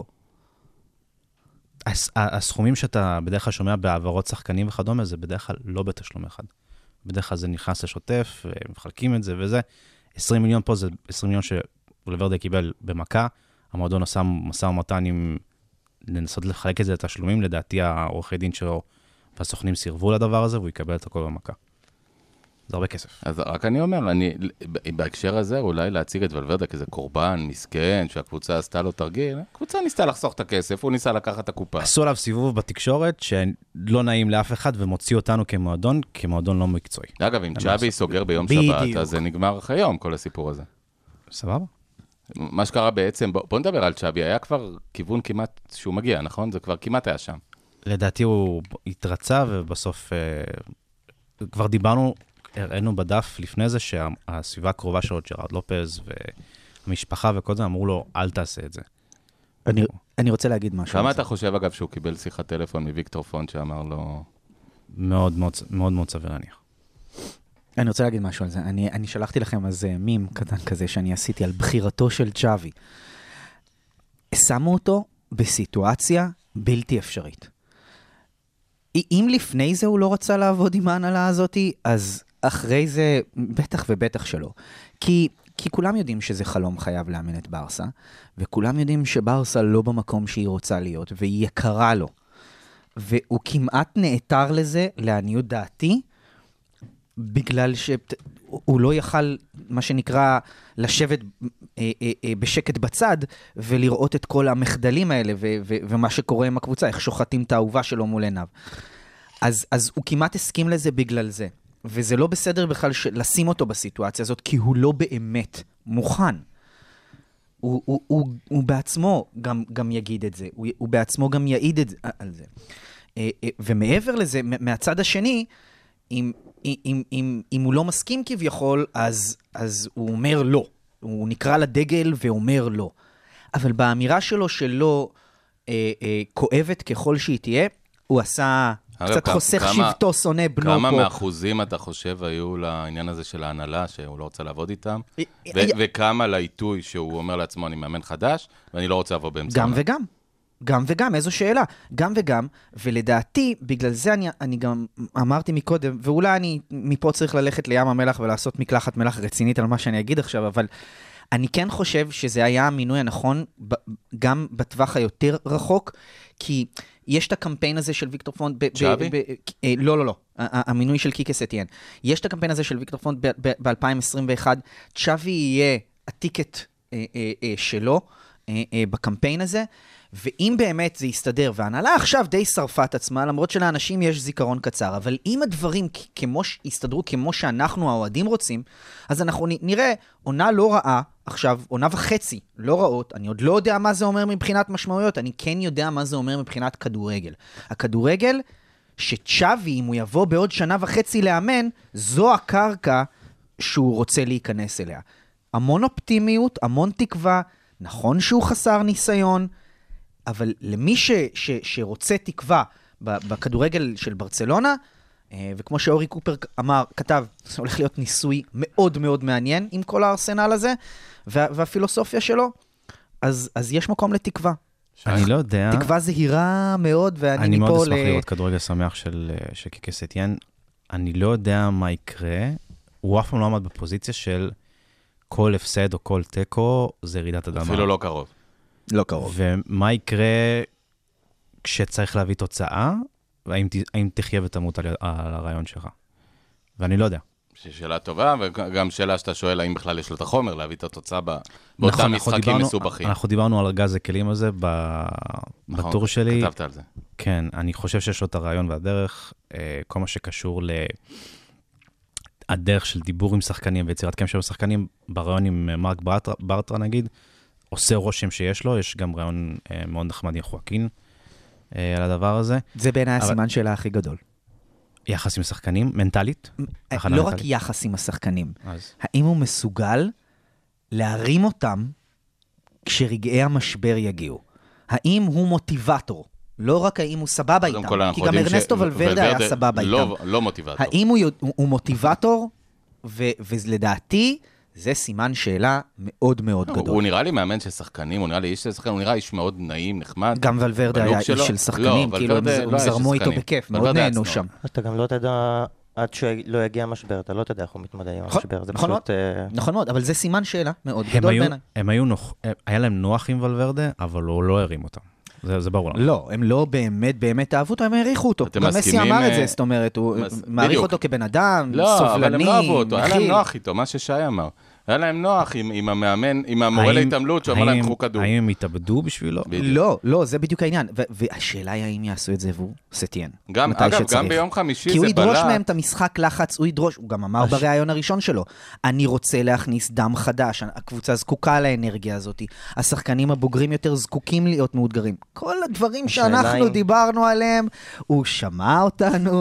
הסכומים שאתה בדרך כלל שומע בעברות שחקנים וכדומה, זה בדרך כלל לא בתשלום אחד. בדרך כלל זה נכנס לשוטף, מחלקים את זה וזה. עשרים מיליון פה זה עשרים מיליון שוולברדה קיבל במכה. המועדון עשה משא ומתן עם לנסות לחלק את זה לתשלומים. לדעתי העורכי דין שלו והסוכנים סירבו לדבר הזה, והוא יקבל את הכל במכה. זה הרבה כסף.
אז רק אני אומר, אני, בהקשר הזה, אולי להציג את ולברדה כזה קורבן, מסכן, שהקבוצה עשתה לו תרגיל, הקבוצה ניסתה לחסוך את הכסף, הוא ניסה לקחת את הקופה.
עשו עליו סיבוב בתקשורת, שלא נעים לאף אחד, ומוציא אותנו כמועדון, כמועדון לא מקצועי.
אגב, אם צ'אבי סוגר ביום שבת, אז זה נגמר אחרי יום, כל הסיפור הזה.
סבבה.
מה שקרה בעצם, בוא נדבר על צ'אבי, היה כבר כיוון כמעט שהוא מגיע, נכון? זה כבר כמעט היה שם. לדעתי הוא התרצה, ובסוף כבר דיברנו הראינו בדף לפני זה שהסביבה הקרובה שלו, ג'רארד לופז והמשפחה וכל זה, אמרו לו, אל תעשה את זה.
אני, אני רוצה להגיד משהו.
כמה אתה חושב, אגב, שהוא קיבל שיחת טלפון מוויקטור פונט שאמר לו...
מאוד מאוד, מאוד, מאוד סביר להניח.
אני רוצה להגיד משהו על זה. אני, אני שלחתי לכם אז מים קטן כזה שאני עשיתי על בחירתו של צ'אבי. שמו אותו בסיטואציה בלתי אפשרית. אם לפני זה הוא לא רצה לעבוד עם ההנהלה הזאת, אז אחרי זה בטח ובטח שלא. כי, כי כולם יודעים שזה חלום חייב לאמן את ברסה, וכולם יודעים שברסה לא במקום שהיא רוצה להיות, והיא יקרה לו. והוא כמעט נעתר לזה, לעניות דעתי, בגלל שהוא לא יכל, מה שנקרא, לשבת אה, אה, אה, בשקט בצד, ולראות את כל המחדלים האלה, ו- ו- ומה שקורה עם הקבוצה, איך שוחטים את האהובה שלו מול עיניו. אז, אז הוא כמעט הסכים לזה בגלל זה. וזה לא בסדר בכלל לשים אותו בסיטואציה הזאת, כי הוא לא באמת מוכן. הוא, הוא, הוא, הוא בעצמו גם, גם יגיד את זה, הוא, הוא בעצמו גם יעיד את, על זה. אה, אה, ומעבר לזה, מהצד השני, אם... אם, אם, אם הוא לא מסכים כביכול, אז, אז הוא אומר לא. הוא נקרא לדגל ואומר לא. אבל באמירה שלו שלא אה, אה, כואבת ככל שהיא תהיה, הוא עשה קצת כמה, חוסך כמה, שבטו, שונא בנו
כמה
פה.
כמה מאחוזים אתה חושב היו לעניין הזה של ההנהלה, שהוא לא רוצה לעבוד איתם? ו- וכמה לעיתוי שהוא אומר לעצמו, אני מאמן חדש, ואני לא רוצה לעבוד באמצע.
גם וגם. גם וגם, איזו שאלה, גם וגם, ולדעתי, בגלל זה אני, אני גם אמרתי מקודם, ואולי אני מפה צריך ללכת לים המלח ולעשות מקלחת מלח רצינית על מה שאני אגיד עכשיו, אבל אני כן חושב שזה היה המינוי הנכון, גם בטווח היותר רחוק, כי יש את הקמפיין הזה של ויקטור פונט...
צ'אבי?
לא, לא, לא, המינוי של קיקה סטיין. יש את הקמפיין הזה של ויקטור פונט ב-אלפיים עשרים ואחת, צ'אבי יהיה הטיקט שלו בקמפיין הזה, ואם באמת זה יסתדר, וההנהלה עכשיו די שרפה את עצמה, למרות שלאנשים יש זיכרון קצר, אבל אם הדברים כמו, יסתדרו כמו שאנחנו האוהדים רוצים, אז אנחנו נראה עונה לא רעה, עכשיו עונה וחצי לא רעות, אני עוד לא יודע מה זה אומר מבחינת משמעויות, אני כן יודע מה זה אומר מבחינת כדורגל. הכדורגל, שצ'אבי, אם הוא יבוא בעוד שנה וחצי לאמן, זו הקרקע שהוא רוצה להיכנס אליה. המון אופטימיות, המון תקווה, נכון שהוא חסר ניסיון, אבל למי ש, ש, שרוצה תקווה בכדורגל של ברצלונה, וכמו שאורי קופר אמר, כתב, זה הולך להיות ניסוי מאוד מאוד מעניין עם כל הארסנל הזה, וה, והפילוסופיה שלו, אז, אז יש מקום לתקווה.
אני לא יודע.
תקווה זהירה מאוד, ואני
אני
מפה
מאוד אשמח
ל...
לראות כדורגל שמח של, של קיקה סטיין. אני לא יודע מה יקרה. הוא אף פעם לא עמד בפוזיציה של כל הפסד או כל טקו, זה ירידת אדמה.
אפילו לא קרוב.
לא קרוב.
ומה יקרה כשצריך להביא תוצאה, והאם האם תחיה ותמות על, על הרעיון שלך. ואני לא יודע.
שאלה טובה, וגם שאלה שאתה שואל, האם בכלל יש לו את החומר להביא את התוצאה באותם נכון, משחקים דיברנו, מסובכים.
אנחנו דיברנו על ארגז הכלים הזה
נכון,
בטור שלי.
כתבת על זה.
כן, אני חושב שיש לו את הרעיון והדרך, כל מה שקשור לדרך של דיבור עם שחקנים ויצירת קשר עם שחקנים, ברעיון עם מרק ברטרה, ברטרה נגיד, עושה רושם שיש לו, יש גם רעיון מאוד נחמד עם חואקין על הדבר הזה.
זה בעיניי הסימן שלה הכי גדול.
יחס עם שחקנים, מנטלית?
לא רק יחס עם השחקנים. האם הוא מסוגל להרים אותם כשרגעי המשבר יגיעו? האם הוא מוטיבטור לא רק האם הוא סבבה איתם, כי גם ארנסטו ולוורדה היה סבבה איתם.
לא מוטיבטור.
האם הוא מוטיבטור, ולדעתי, זה סימן שאלה מאוד מאוד גדול.
הוא נראה לי מאמן של שחקנים, הוא נראה לי איש של שחקנים, הוא נראה איש מאוד נעים, נחמד.
גם ולוורדה היה איש של שחקנים, כאילו הם זרמו איתו בכיף, מאוד נהנו שם.
אתה גם לא תדע, עד שלא יגיע המשבר, אתה לא תדע איך הוא מתמודד עם המשבר.
נכון מאוד, אבל זה סימן שאלה מאוד גדול בעיניי.
הם היו, היה להם נוח עם ולוורדה, אבל הוא לא הרים אותם. זה ברור לנו.
לא, הם לא באמת באמת אהבו אותו, הם העריכו אותו. גם מסי אמר את זה, זאת אומרת, הוא מעריך אותו כבן אדם, סובלני,
לא, אבל הם לא אהבו אותו, היה להם נוח איתו, מה ששי אמר. היה להם נוח עם המאמן, עם המורה להתעמלות, שאומר להם קחו כדור.
האם הם התאבדו בשבילו?
לא, לא, זה בדיוק העניין. והשאלה היא האם יעשו את זה והוא סטיין.
גם, אגב, גם ביום חמישי זה בלה.
כי הוא ידרוש מהם את המשחק לחץ, הוא ידרוש, הוא גם אמר בריאיון הראשון שלו, אני רוצה להכניס דם חדש, הקבוצה זקוקה לאנרגיה הזאת, השחקנים הבוגרים יותר זקוקים להיות מאותגרים. כל הדברים שאנחנו דיברנו עליהם, הוא שמע אותנו,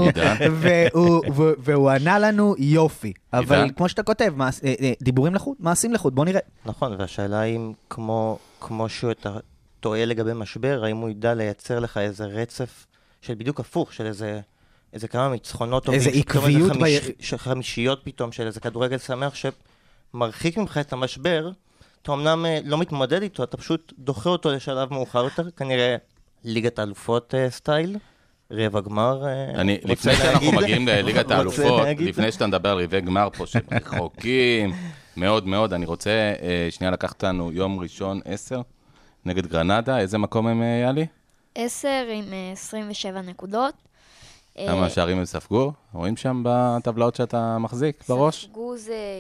והוא ענה לנו יופי. אבל כמו שאתה כותב, דיבורים לחוד, מעשים לחוד, בוא נראה.
נכון, והשאלה אם כמו, כמו שאתה טועה לגבי משבר, האם הוא ידע לייצר לך איזה רצף של בדיוק הפוך, של איזה, איזה כמה מצחונות טובים.
איזה עקביות.
חמיש, ב... חמישיות פתאום, של איזה כדורגל שמח שמרחיק ממך את המשבר, אתה אמנם לא מתמודד איתו, אתה פשוט דוחה אותו לשלב מאוחר יותר, כנראה ליגת האלופות סטייל. רבע גמר.
אני, לפני שאנחנו מגיעים לליגת האלופות, לפני שאתה מדבר על רבעי גמר פה, שרחוקים מאוד מאוד, אני רוצה שנייה לקחת לנו יום ראשון עשר, נגד גרנדה, איזה מקום הם יעלי?
עשר עם עשרים ושבע נקודות.
כמה שערים הם ספגו? רואים שם בטבלאות שאתה מחזיק בראש?
ספגו זה...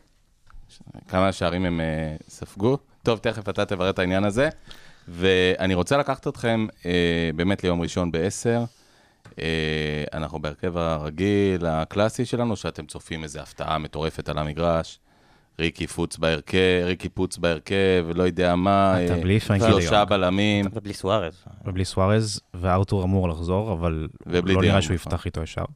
כמה שערים הם ספגו? טוב, תכף אתה תברר את העניין הזה. ואני רוצה לקחת אתכם אה, באמת ליום ראשון בעשר. אה, אנחנו בהרכב הרגיל, הקלאסי שלנו, שאתם צופים איזו הפתעה מטורפת על המגרש. ריקי פוץ בהרכב, ריקי פוץ בהרכב, ולא יודע מה.
אתה בלי פרנקי דיונג.
שלושה בלמים.
ובלי סוארז.
ובלי סוארז, וארתור אמור לחזור, אבל לא נראה שהוא יפתח איתו ישר.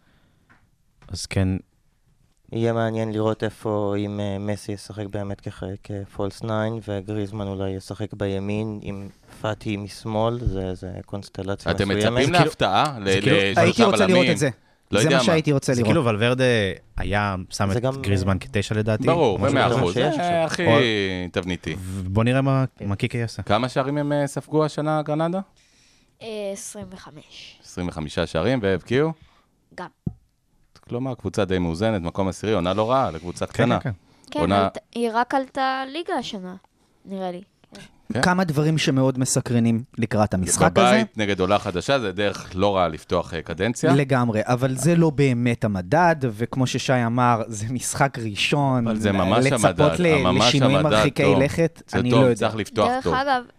אז כן...
יהיה מעניין לראות איפה אם מסי ישחק באמת כפולס ניין, וגריזמן אולי ישחק בימין עם פאטי משמאל, זה קונסטלציה
מסוימת. אתם מצפים להפתעה?
הייתי רוצה לראות את זה. זה מה שהייתי רוצה לראות.
זה כאילו ולוורדה היה שם את גריזמן כתשע לדעתי.
ברור, במאה אחוז. זה הכי תבניתי.
בוא נראה מה קיקי יעשה.
כמה שערים הם ספגו השנה גרנדה?
עשרים וחמש.
עשרים וחמישה שערים, והבקיעו?
גם.
כלומר, קבוצה די מאוזנת, מקום עשירי, עונה לא רעה, לקבוצה קטנה.
כן, היא רק עלתה ליגה השנה, נראה לי.
כמה דברים שמאוד מסקרנים לקראת המשחק הזה.
בבית נגד עולה חדשה, זה דרך לא רעה לפתוח קדנציה.
לגמרי, אבל זה לא באמת המדד, וכמו ששי אמר, זה משחק ראשון.
אבל זה ממש המדד,
לצפות לשינויים מרחיקי לכת, אני לא יודע.
צריך לפתוח טוב.
דרך אגב,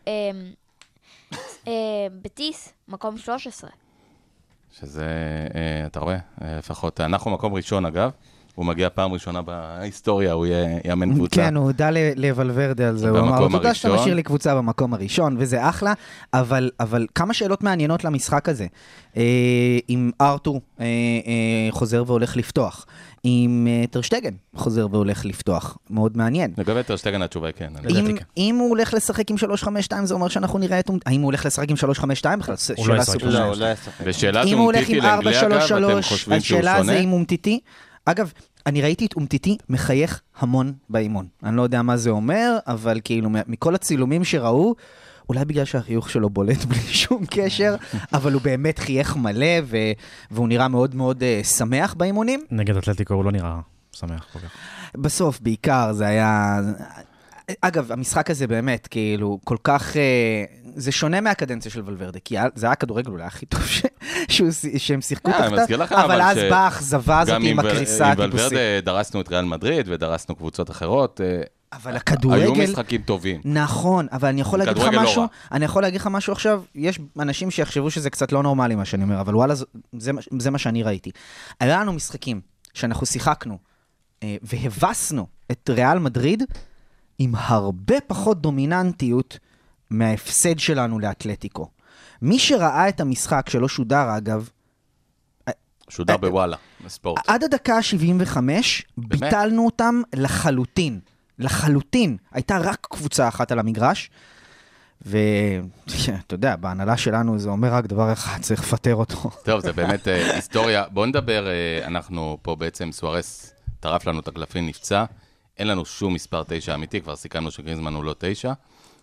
בטיס, מקום שלוש עשרה.
שזה, אתה רואה, לפחות, אנחנו מקום ראשון אגב, הוא מגיע פעם ראשונה בהיסטוריה, הוא יאמן קבוצה.
כן, הוא הודע לוולוורדה על זה, הוא אמר, תודה שאתה משאיר לי קבוצה במקום הראשון, וזה אחלה, אבל, אבל כמה שאלות מעניינות למשחק הזה. אם ארתור חוזר והולך לפתוח, אם טרשטגן חוזר והולך לפתוח, מאוד מעניין.
לגבי טרשטגן התשובה היא כן.
אם הוא הולך לשחק עם שלוש חמש שתיים, זה אומר שאנחנו נראה את... האם הוא הולך לשחק עם שלוש חמש שתיים?
הוא לא ישחק.
ושאלת אומטיטי לאנגליה, אגב, אתם חושבים שהוא שונה?
השאלה זה אם אומטיטי. אגב, אני ראיתי את אומטיטי מחייך המון באימון. אני לא יודע מה זה אומר, אבל כאילו מכל הצילומים שראו, אולי בגלל שהחיוך שלו בולט בלי שום קשר, אבל הוא באמת חייך מלא, והוא נראה מאוד מאוד שמח באימונים.
נגד אתלטיקו הוא לא נראה שמח כל כך.
בסוף, בעיקר, זה היה... אגב, המשחק הזה באמת, כאילו, כל כך... זה שונה מהקדנציה של ולוורדה, כי זה היה כדורגל אולי הכי טוב שהם שיחקו תחתה, אבל אז באה האכזבה הזאת עם הקריסה הטיפוסית.
עם ולוורדה דרסנו את ריאל מדריד ודרסנו קבוצות אחרות.
אבל הכדורגל...
היו משחקים טובים.
נכון, אבל אני יכול להגיד לך משהו, אני יכול להגיד לך משהו עכשיו, יש אנשים שיחשבו שזה קצת לא נורמלי מה שאני אומר, אבל וואלה, זה מה שאני ראיתי. היה לנו משחקים שאנחנו שיחקנו והבסנו את ריאל מדריד עם הרבה פחות דומיננטיות מההפסד שלנו לאתלטיקו. מי שראה את המשחק שלא שודר, אגב...
שודר בוואלה, בספורט.
עד הדקה שבעים וחמש, ביטלנו אותם לחלוטין. לחלוטין. הייתה רק קבוצה אחת על המגרש, ואתה יודע, בהנהלה שלנו זה אומר רק דבר אחד, צריך לפטר אותו.
טוב, זה באמת היסטוריה. בואו נדבר, אנחנו פה בעצם, סוארס טרף לנו את הקלפים, נפצע, אין לנו שום מספר תשע אמיתי, כבר סיכמנו שגריזמן הוא לא תשע.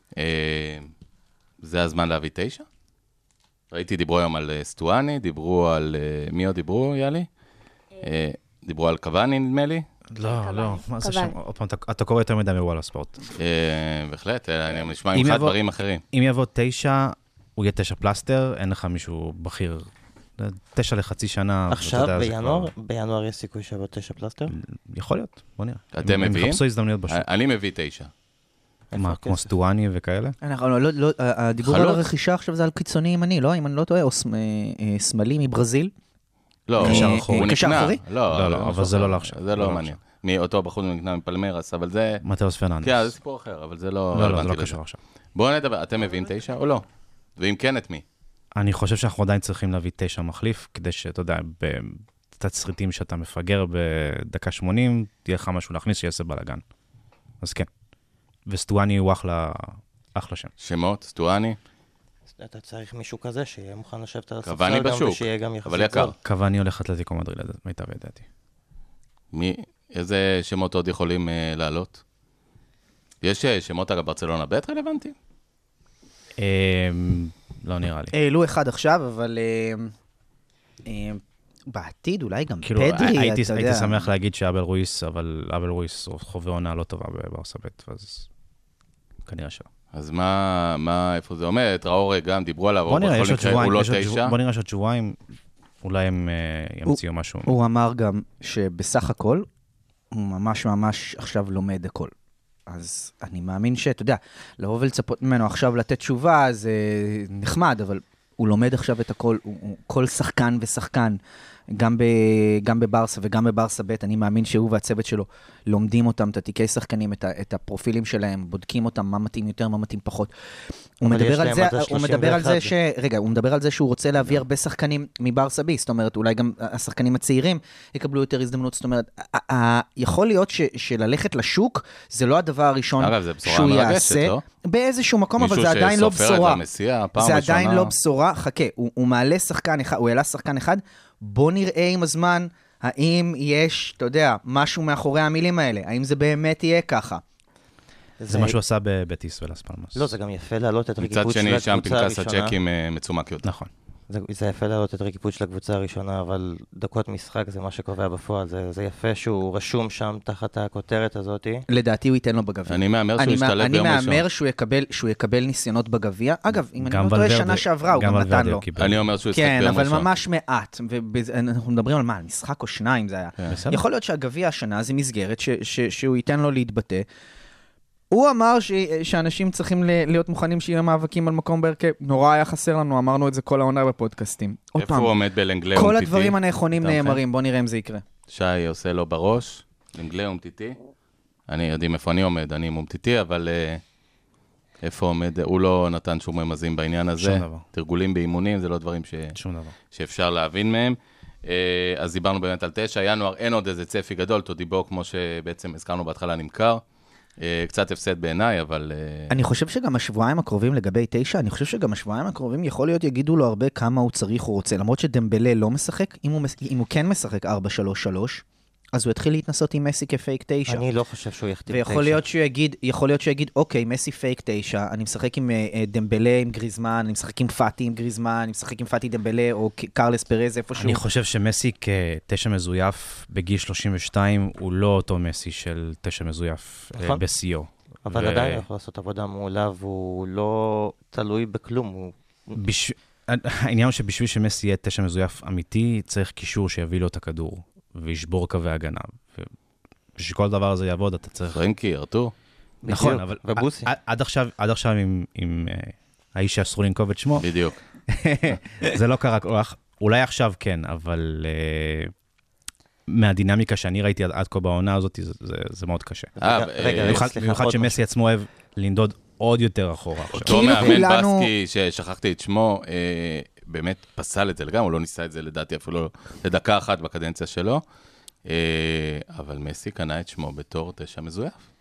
זה הזמן להביא תשע? ראיתי, דיברו היום על סטואני, דיברו על... מי עוד דיברו, יאלי? דיברו על קוואני, נדמה לי?
לא, לא, מה זה שם? עוד פעם, אתה קורא יותר מדי מוואלה ספורט.
בהחלט, אני נשמע ממך דברים אחרים.
אם יבוא תשע, הוא יהיה תשע פלסטר, אין לך מישהו בכיר. תשע לחצי שנה.
עכשיו, בינואר? בינואר יש סיכוי שיבוא תשע פלסטר?
יכול להיות, בוא נראה.
אתם מביאים?
הם חפשו הזדמנויות בשוק.
אני מביא תשע.
מה, כמו סטואני וכאלה?
הדיבור על הרכישה עכשיו זה על קיצוני ימני, לא? אם אני לא טועה, או שמאלי מברזיל.
לא, הוא נקנה.
לא, לא, אבל זה לא לעכשיו.
זה לא מעניין. מאותו בחור נקנה מפלמרס, אבל זה...
מתאוס פרננדס.
כן, זה סיפור אחר, אבל זה לא...
לא, לא, זה לא קשור עכשיו.
בואו נדבר, אתם מביאים תשע או לא? ואם כן, את מי?
אני חושב שאנחנו עדיין צריכים להביא תשע מחליף, כדי שאתה יודע, בתצריטים שאתה מפגר בדקה שמונים, תהיה לך משהו להכניס שיעשה בלגן. אז כן. וסטואני הוא אחלה, אחלה שם.
שמות, סטואני?
אתה צריך מישהו כזה שיהיה מוכן לשבת על
הספסל גם ושיהיה גם יחסית זול.
קוואני הולך אתלטיקו מדריד, מיטב ידעתי.
מי, איזה שמות עוד יכולים uh, לעלות? יש uh, שמות אגב ברצלונה ב' רלוונטיים?
Um, לא נראה לי.
העלו אחד עכשיו, אבל uh, uh, בעתיד אולי גם
כאילו,
פדרי,
הייתי,
אתה יודע.
הייתי שמח להגיד שאבל רויס, אבל אבל רויס חווה עונה לא טובה בברסה ב', אז כנראה שלא.
אז מה, מה, איפה זה עומד? ראור גם דיברו עליו,
בוא נראה, יש עוד שבועיים,
לא
בוא נראה שעוד שבועיים, אולי הם uh, ימציאו משהו.
הוא אמר גם שבסך הכל, הוא ממש ממש עכשיו לומד הכל. אז אני מאמין שאתה יודע, לבוא ולצפות ממנו עכשיו לתת תשובה, זה נחמד, אבל הוא לומד עכשיו את הכל, הוא, הוא כל שחקן ושחקן, גם, ב, גם בברסה וגם בברסה ב', אני מאמין שהוא והצוות שלו לומדים אותם, את התיקי שחקנים, את, ה, את הפרופילים שלהם, בודקים אותם, מה מתאים יותר, מה מתאים פחות. הוא מדבר על זה, הוא מדבר על זה ש... רגע, הוא מדבר על זה שהוא רוצה להביא הרבה שחקנים מברסה בי, זאת אומרת, אולי גם השחקנים הצעירים יקבלו יותר הזדמנות, זאת אומרת, יכול להיות ש, שללכת לשוק, זה לא הדבר הראשון שהוא יעשה, באיזשהו מקום, אבל זה עדיין לא בשורה. זה עדיין לא בשורה, חכה, הוא, הוא מעלה שחקן אחד, הוא העלה שחקן אחד, בוא נראה עם הזמן, האם יש, אתה יודע, משהו מאחורי המילים האלה, האם זה באמת יהיה ככה.
זה מה שהוא עשה בבטיס ולס פלמאס.
לא, זה גם יפה להעלות את הרגיפות של הקבוצה הראשונה.
מצד שני, שם פנקס הצ'קים מצומק יותר.
נכון.
זה, זה יפה להעלות את הרגיפות של הקבוצה הראשונה, אבל דקות משחק זה מה שקובע בפועל. זה, זה יפה שהוא רשום שם תחת הכותרת הזאת.
לדעתי הוא ייתן לו בגביע.
אני מאמר שהוא ישתלב ביום ראשון.
אני מאמר שהוא יקבל, שהוא יקבל ניסיונות בגביע. אגב, אם אני לא טועה שנה שעברה, הוא גם נתן לו.
אני אומר שהוא ישתלב
כן,
ביום ראשון.
אבל ממש מעט. אנחנו מדברים על מה, משחק או שניים זה היה. יכול להיות שהגביע השנה זה מסגרת שהוא ייתן לו להתבטא. הוא אמר ש... שאנשים צריכים להיות מוכנים שיהיה מאבקים על מקום בהרכב. נורא היה חסר לנו, אמרנו את זה כל העונה בפודקאסטים.
איפה פעם, הוא עומד בלנגלה
כל
אומטיטי?
הדברים הנכונים נאמרים, בוא נראה אם זה יקרה.
שי עושה לו בראש, לנגלה אומטיטי. אני יודעים איפה אני עומד, אני אומטיטי, אבל uh, איפה עומד, הוא לא נתן שום רמזים בעניין הזה.
שום דבר.
תרגולים באימונים, זה לא דברים ש...
שום דבר.
שאפשר להבין מהם. Uh, אז דיברנו באמת על תשע, ינואר אין עוד איזה צפי גדול, תודיבו כמו שבעצם הזכרנו בהתחלה נמכר. קצת הפסד בעיניי, אבל...
אני חושב שגם השבועיים הקרובים לגבי תשע, אני חושב שגם השבועיים הקרובים יכול להיות יגידו לו הרבה כמה הוא צריך או רוצה, למרות שדמבלה לא משחק, אם הוא, אם הוא כן משחק ארבע שלוש שלוש, אז הוא יתחיל להתנסות עם מסי כפייק תשע.
אני לא חושב שהוא יכתיב תשע.
ויכול להיות שהוא יגיד, יכול להיות שהוא יגיד, אוקיי, מסי פייק תשע, אני משחק עם דמבלה עם גריזמן, אני משחק עם פאטי עם גריזמן, אני משחק עם פאטי דמבלה או קרלס פרז איפשהו.
אני חושב שמסי כתשע מזויף בגיל שלושים ושתיים, הוא לא אותו מסי של תשע מזויף בסיו.
אבל עדיין יכול לעשות עבודה מעולה, והוא לא תלוי בכלום.
העניין הוא שבשביל שמסי יהיה תשע מזויף אמיתי, צריך קישור שיביא לו את הכדור. וישבור קווי הגנה. ושכל דבר הזה יעבוד, אתה צריך...
פרנקי, ארתור.
נכון, אבל עד עכשיו, עד עכשיו עם האיש שאסרו לנקוב את שמו.
בדיוק.
זה לא קרה, אולי עכשיו כן, אבל מהדינמיקה שאני ראיתי עד כה בעונה הזאת, זה מאוד קשה. במיוחד שמסי עצמו אוהב לנדוד עוד יותר אחורה.
אותו מאמן בסקי, ששכחתי את שמו, באמת פסל את זה לגמרי, הוא לא ניסה את זה לדעתי אפילו לדקה אחת בקדנציה שלו, אבל מסי קנה את שמו בתור תשע מזויף.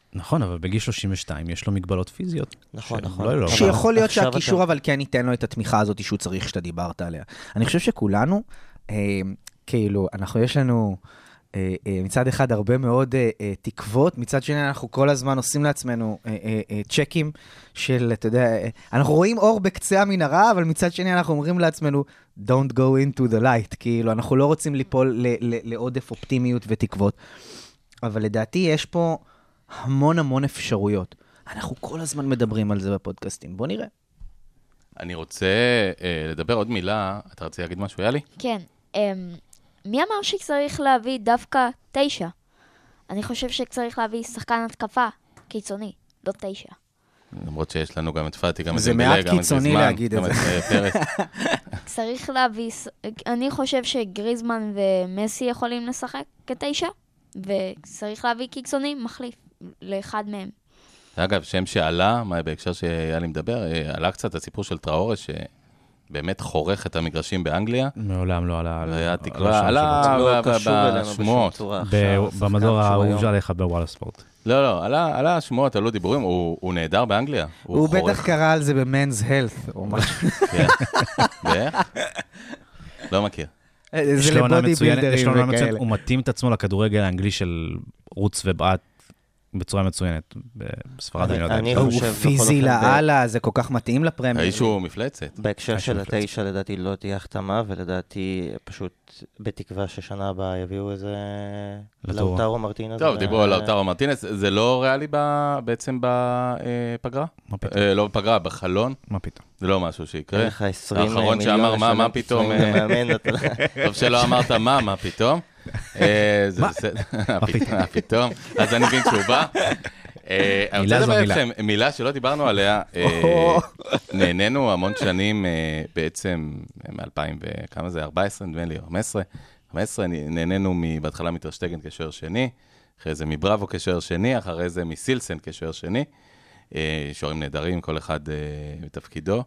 נכון, אבל בגיל שלושים ושתיים יש לו מגבלות פיזיות.
נכון,
ש...
נכון.
לא, לא,
שיכול להיות
עכשיו
שהקישור
אתה...
אבל כן ייתן לו את התמיכה הזאת שהוא צריך שאתה דיברת עליה. אני חושב שכולנו, אה, כאילו, אנחנו יש לנו אה, אה, מצד אחד הרבה מאוד אה, אה, תקוות, מצד שני אנחנו כל הזמן עושים לעצמנו אה, אה, אה, צ'קים של, אתה יודע, אה, אנחנו רואים אור בקצה המנהרה, אבל מצד שני אנחנו אומרים לעצמנו, don't go into the light, כאילו, אנחנו לא רוצים ליפול ל- ל- לעודף אופטימיות ותקוות. אבל לדעתי יש פה המון המון אפשרויות. אנחנו כל הזמן מדברים על זה בפודקאסטים. בוא נראה.
אני רוצה אה, לדבר עוד מילה. אתה רוצה להגיד משהו, יאלי?
כן. אמ, מי אמר שצריך להביא דווקא תשע? אני חושב שצריך להביא שחקן התקפה קיצוני, לא תשע.
למרות שיש לנו גם את פאטי, גם את
זה
דמבלה,
מעט
גם את
קיצוני
גריזמן,
להגיד את
גם
זה.
את פרס.
צריך להביא, אני חושב שגריזמן ומסי יכולים לשחק כתשע, וצריך להביא קיצוני מחליף לאחד מהם.
אגב, שם שעלה, מה בהקשר שיאלי מדבר, עלה קצת הסיפור של טראורה, שבאמת חורך את המגרשים באנגליה.
מעולם לא עלה.
היה תקווה, עלה בשמועות.
במדור האהוב שלך בוואלה ספורט.
לא, לא, עלה השמועות, עלו דיבורים, הוא נהדר באנגליה.
הוא בטח קרא על זה ב-Men's Health, או משהו.
כן, ואיך? לא מכיר.
זה לבודי בילדרים וכאלה.
הוא מתאים את עצמו לכדורגל האנגלי של רוץ ובעט בצורה מצוינת. בספרד אני לא יודע.
הוא פיזי לאללה, זה כל כך מתאים לפרמייר.
האיש הוא מפלצת.
בהקשר של התשע לדעתי לא תהיה החתמה, ולדעתי פשוט בתקווה ששנה הבאה יביאו איזה לאוטרו מרטינס.
טוב, דיברו על לאוטרו מרטינס. זה לא ריאלי בעצם בפגרה? לא בפגרה, בחלון.
מה פתאום?
זה לא משהו שיקרה.
אין לך עשרים מיליון.
האחרון שאמר מה, מה פתאום? טוב שלא אמרת מה, מה פתאום? מה פתאום? אז אני מבין שהוא בא. אני רוצה לדבר לכם, מילה שלא דיברנו עליה, נהנינו המון שנים בעצם, מ-אלפיים וכמה זה, ארבע עשרה, נדמה לי, חמש עשרה, חמש עשרה, נהנינו בהתחלה מטרשטגן כשוער שני, אחרי זה מבראבו כשוער שני, אחרי זה מסילסן כשוער שני, שוערים נהדרים, כל אחד בתפקידו.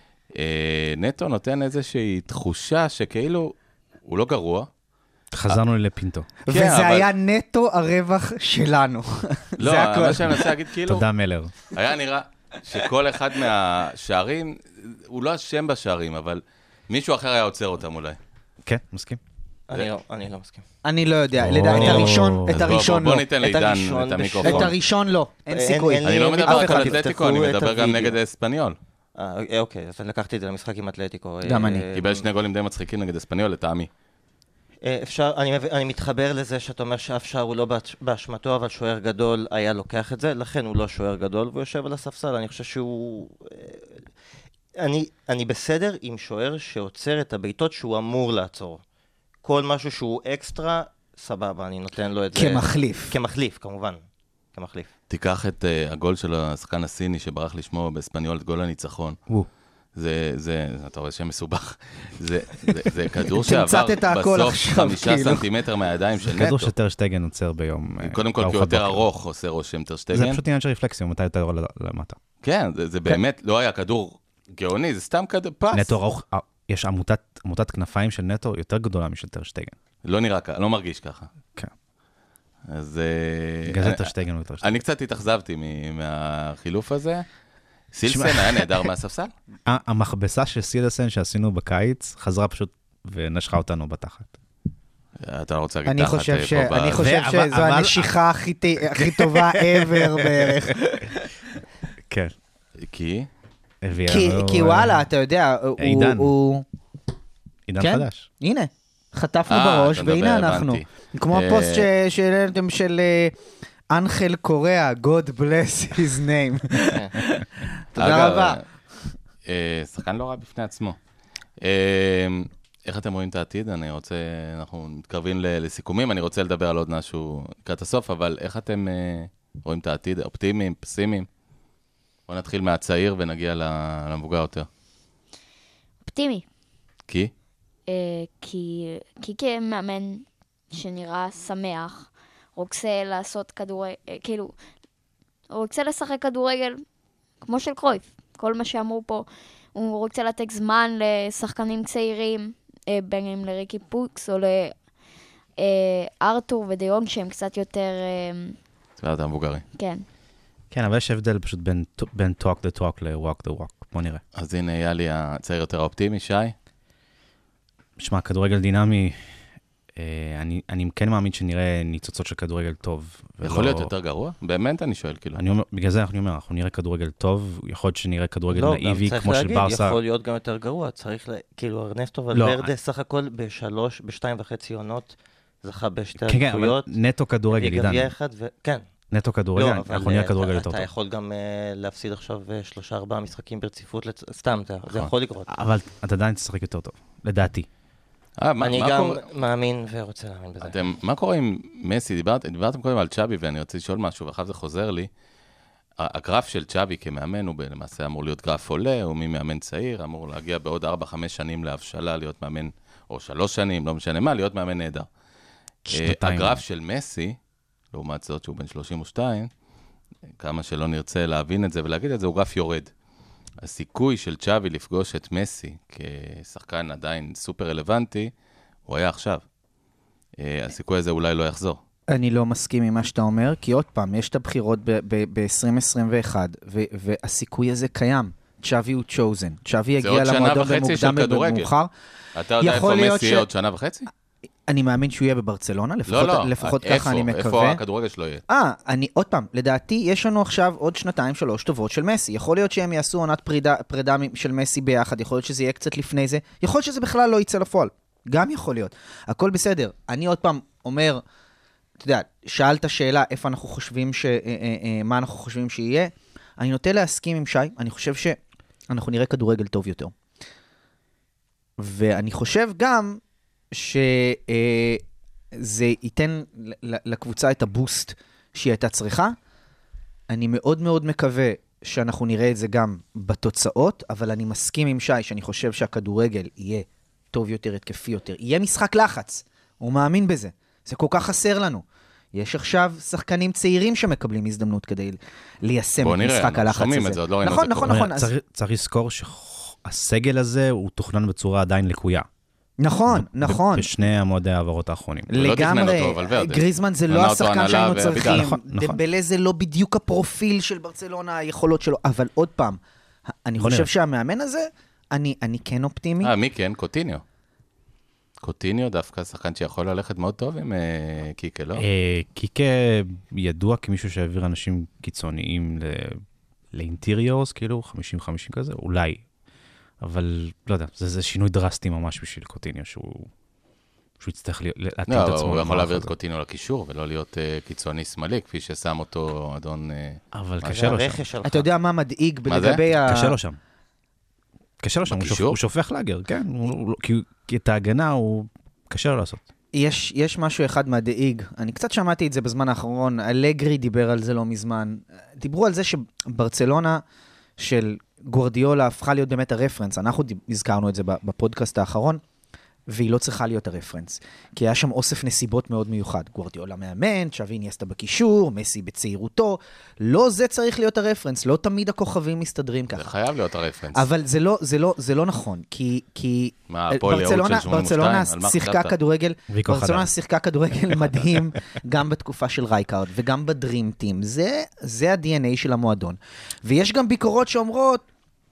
נטו נותן איזושהי תחושה שכאילו הוא לא גרוע,
חזרנו לפינטו.
וזה היה נטו הרווח שלנו.
לא, מה שאני רוצה להגיד, כאילו...
תודה מלר.
היה נראה שכל אחד מהשערים, הוא לא אשם בשערים, אבל מישהו אחר היה עוצר אותם אולי.
כן, מסכים.
אני לא מסכים.
אני לא יודע, לדעת, את הראשון, את הראשון לא.
בוא ניתן לעידן את המיקרופון.
את הראשון לא, אין סיכוי.
אני לא מדבר על אתלטיקו, אני מדבר גם נגד אספניול.
אוקיי, אז לקחתי את זה למשחק עם אתלטיקו.
גם אני.
קיבל שני גולים די מצחיקים נגד אספניול, לטעמי.
אפשר, אני, אני מתחבר לזה שאתה אומר שאף שער הוא לא באשמתו, אבל שוער גדול היה לוקח את זה, לכן הוא לא שוער גדול, והוא יושב על הספסל. אני חושב שהוא... אני, אני בסדר עם שוער שעוצר את הביתות שהוא אמור לעצור. כל משהו שהוא אקסטרה, סבבה, אני נותן לו את זה...
כמחליף.
כמחליף, כמובן. כמחליף.
תיקח את uh, הגול של השחקן הסיני שברח לשמוע באספניול את גול הניצחון.
וואו.
זה, זה, אתה רואה שם מסובך, זה, זה, זה כדור שעבר בסוף חמישה סנטימטר מהידיים של נטו.
זה כדור שטרשטגן עוצר ביום.
קודם כל, כי הוא יותר ארוך עושה רושם טרשטגן.
זה פשוט עניין של רפלקסיה, מתי יותר למטה.
כן, זה באמת לא היה כדור גאוני, זה סתם כדור פס.
נטו ארוך, יש עמותת כנפיים של נטו יותר גדולה משל טרשטגן.
לא נראה ככה, לא מרגיש ככה.
כן.
אז...
גזל טרשטגן הוא טרשטגן.
אני קצת התאכזבתי מהחילוף הזה. סילסן היה נהדר מהספסל?
המכבסה של סילסן שעשינו בקיץ, חזרה פשוט ונשכה אותנו בתחת.
אתה לא רוצה להגיד תחת פה ב...
אני חושב שזו הנשיכה הכי טובה ever בערך.
כן.
כי?
כי וואלה, אתה יודע,
עידן.
הוא...
עידן חדש.
הנה, חטפנו בראש, והנה אנחנו. כמו הפוסט שהעליתם של... אנחל קוריאה, God bless his name. תודה רבה.
שחקן לא רע בפני עצמו. איך אתם רואים את העתיד? אני רוצה, אנחנו מתקרבים לסיכומים, אני רוצה לדבר על עוד משהו לקראת הסוף, אבל איך אתם רואים את העתיד? אופטימיים, פסימיים? בואו נתחיל מהצעיר ונגיע למבוגר יותר.
אופטימי.
כי?
כי כמאמן שנראה שמח, רוצה לעשות כדורגל, כאילו, רוצה לשחק כדורגל כמו של קרויף. כל מה שאמרו פה, הוא רוצה לתת זמן לשחקנים צעירים, בין אם לריקי פוקס או לארתור ודיונג, שהם קצת יותר
ואתה מבוגרי.
כן.
כן, אבל יש הבדל פשוט בין, בין talk the talk ל-walk the walk. בוא נראה.
אז הנה, היה לי הצעיר יותר אופטימי, שי.
שמע, כדורגל דינמי, אני, אני כן מאמין שנראה ניצוצות של כדורגל טוב.
יכול ולא... להיות יותר גרוע? באמת אני שואל, כאילו.
אני אומר, בגלל זה אני אומר, אנחנו נראה כדורגל טוב, יכול להיות שנראה כדורגל לא, נאיבי, כמו
להגיד,
של ברסה.
יכול להיות גם יותר גרוע, צריך, לה... כאילו, ארנסטו ולוורדה, לא, סך הכל בשלוש, בשתיים וחצי עונות, זכה בשתי
כן,
אלפויות.
כן, אבל נטו כדורגל, עידן.
ו... כן.
נטו כדורגל,
לא,
אנחנו נראה כדורגל
אתה,
יותר
אתה
טוב.
אתה יכול גם uh, להפסיד עכשיו uh, שלושה, ארבעה משחקים ברציפות, לצ... סתם, זה, זה יכול לקרות.
אבל אתה עדיין תשחק יותר טוב, לדעתי.
אה, מה,
אני
מה
גם
קורה...
מאמין ורוצה להאמין בזה.
אתם, מה קורה עם מסי? דיברת, דיברתם קודם על צ'אבי, ואני רוצה לשאול משהו, ואחר זה חוזר לי. הגרף של צ'אבי כמאמן הוא למעשה אמור להיות גרף עולה, הוא ממאמן צעיר, אמור להגיע בעוד ארבע, חמש שנים להבשלה, להיות מאמן, או שלוש שנים, לא משנה מה, להיות מאמן נהדר. הגרף של מסי, לעומת זאת שהוא בן שלושים ושתיים, כמה שלא נרצה להבין את זה ולהגיד את זה, הוא גרף יורד. הסיכוי של צ'אבי לפגוש את מסי כשחקן עדיין סופר רלוונטי, הוא היה עכשיו. הסיכוי הזה אולי לא יחזור.
אני לא מסכים עם מה שאתה אומר, כי עוד פעם, יש את הבחירות ב-עשרים עשרים ואחת, והסיכוי הזה קיים. צ'אבי הוא צ'וזן. צ'אבי יגיע למועדון במוקדם ובמאוחר.
אתה יודע איפה מסי יהיה עוד שנה וחצי?
אני מאמין שהוא יהיה בברצלונה, לפחות,
לא, לא.
לפחות
איפה,
ככה אני מקווה.
איפה הכדורגל שלו יהיה?
אה, אני, עוד פעם, לדעתי, יש לנו עכשיו עוד שנתיים, שלוש טובות של מסי. יכול להיות שהם יעשו עונת פרידה, פרידה של מסי ביחד, יכול להיות שזה יהיה קצת לפני זה, יכול להיות שזה בכלל לא יצא לפועל. גם יכול להיות. הכל בסדר. אני עוד פעם אומר, אתה יודע, שאלת שאלה, איפה אנחנו חושבים ש... מה אנחנו חושבים שיהיה? אני נוטה להסכים עם שי, אני חושב שאנחנו נראה כדורגל טוב יותר. ואני חושב גם שזה ייתן לקבוצה את הבוסט שהיא הייתה צריכה. אני מאוד מאוד מקווה שאנחנו נראה את זה גם בתוצאות, אבל אני מסכים עם שי שאני חושב שהכדורגל יהיה טוב יותר, התקפי יותר. יהיה משחק לחץ, הוא מאמין בזה. זה כל כך חסר לנו. יש עכשיו שחקנים צעירים שמקבלים הזדמנות כדי ליישם את משחק הלחץ הזה.
שומעים את זה, עוד לא ראינו
נכון,
את זה.
נכון, נכון.
צריך לזכור שהסגל הזה הוא תוכנן בצורה עדיין לקויה.
נכון, נכון.
בשני המועדי העברות האחרונים.
לגמרי, גריזמן זה לא השחקן שהיינו צריכים, דמבלה זה לא בדיוק הפרופיל של ברצלונה, היכולות שלו, אבל עוד פעם, אני חושב שהמאמן הזה, אני כן אופטימי.
אה, מי כן? קוטיניו. קוטיניו דווקא שחקן שיכול ללכת מאוד טוב עם קיקה, לא?
קיקה ידוע כמישהו שהעביר אנשים קיצוניים לאינטריורס, כאילו חמישים חמישים כזה, אולי. אבל לא יודע, זה, זה שינוי דרסטי ממש בשביל קוטיניו, שהוא, שהוא יצטרך להתאים
לא,
את עצמו.
הוא יכול להעביר את קוטיניו לקישור, ולא להיות uh, קיצוני שמאלי, כפי ששם אותו אדון... Uh,
אבל קשה לו שם.
אתה יודע מה מדאיג לגבי ה...
קשה לו שם. קשה לו שם, הוא, שופ, הוא שופך לאגר, כן? הוא, כי, כי את ההגנה הוא קשה לו לעשות.
יש, יש משהו אחד מדאיג, אני קצת שמעתי את זה בזמן האחרון, אלגרי דיבר על זה לא מזמן. דיברו על זה שברצלונה של... גוארדיולה הפכה להיות באמת הרפרנס, אנחנו הזכרנו את זה בפודקאסט האחרון, והיא לא צריכה להיות הרפרנס, כי היה שם אוסף נסיבות מאוד מיוחד, גוארדיולה מאמן, צ'אבי איניאסטה בקישור, מסי בצעירותו, לא זה צריך להיות הרפרנס, לא תמיד הכוכבים מסתדרים ככה.
זה חייב להיות הרפרנס.
אבל זה לא, זה לא, זה לא נכון, כי, כי
מה, ברצלונה,
ברצלונה שיחקה כדורגל, ברצלונה שיחקה כדורגל מדהים, גם בתקופה של רייקארד, וגם בדרים טים, זה, זה ה-די אן איי של המועדון. ויש גם ביקורות שאומרות,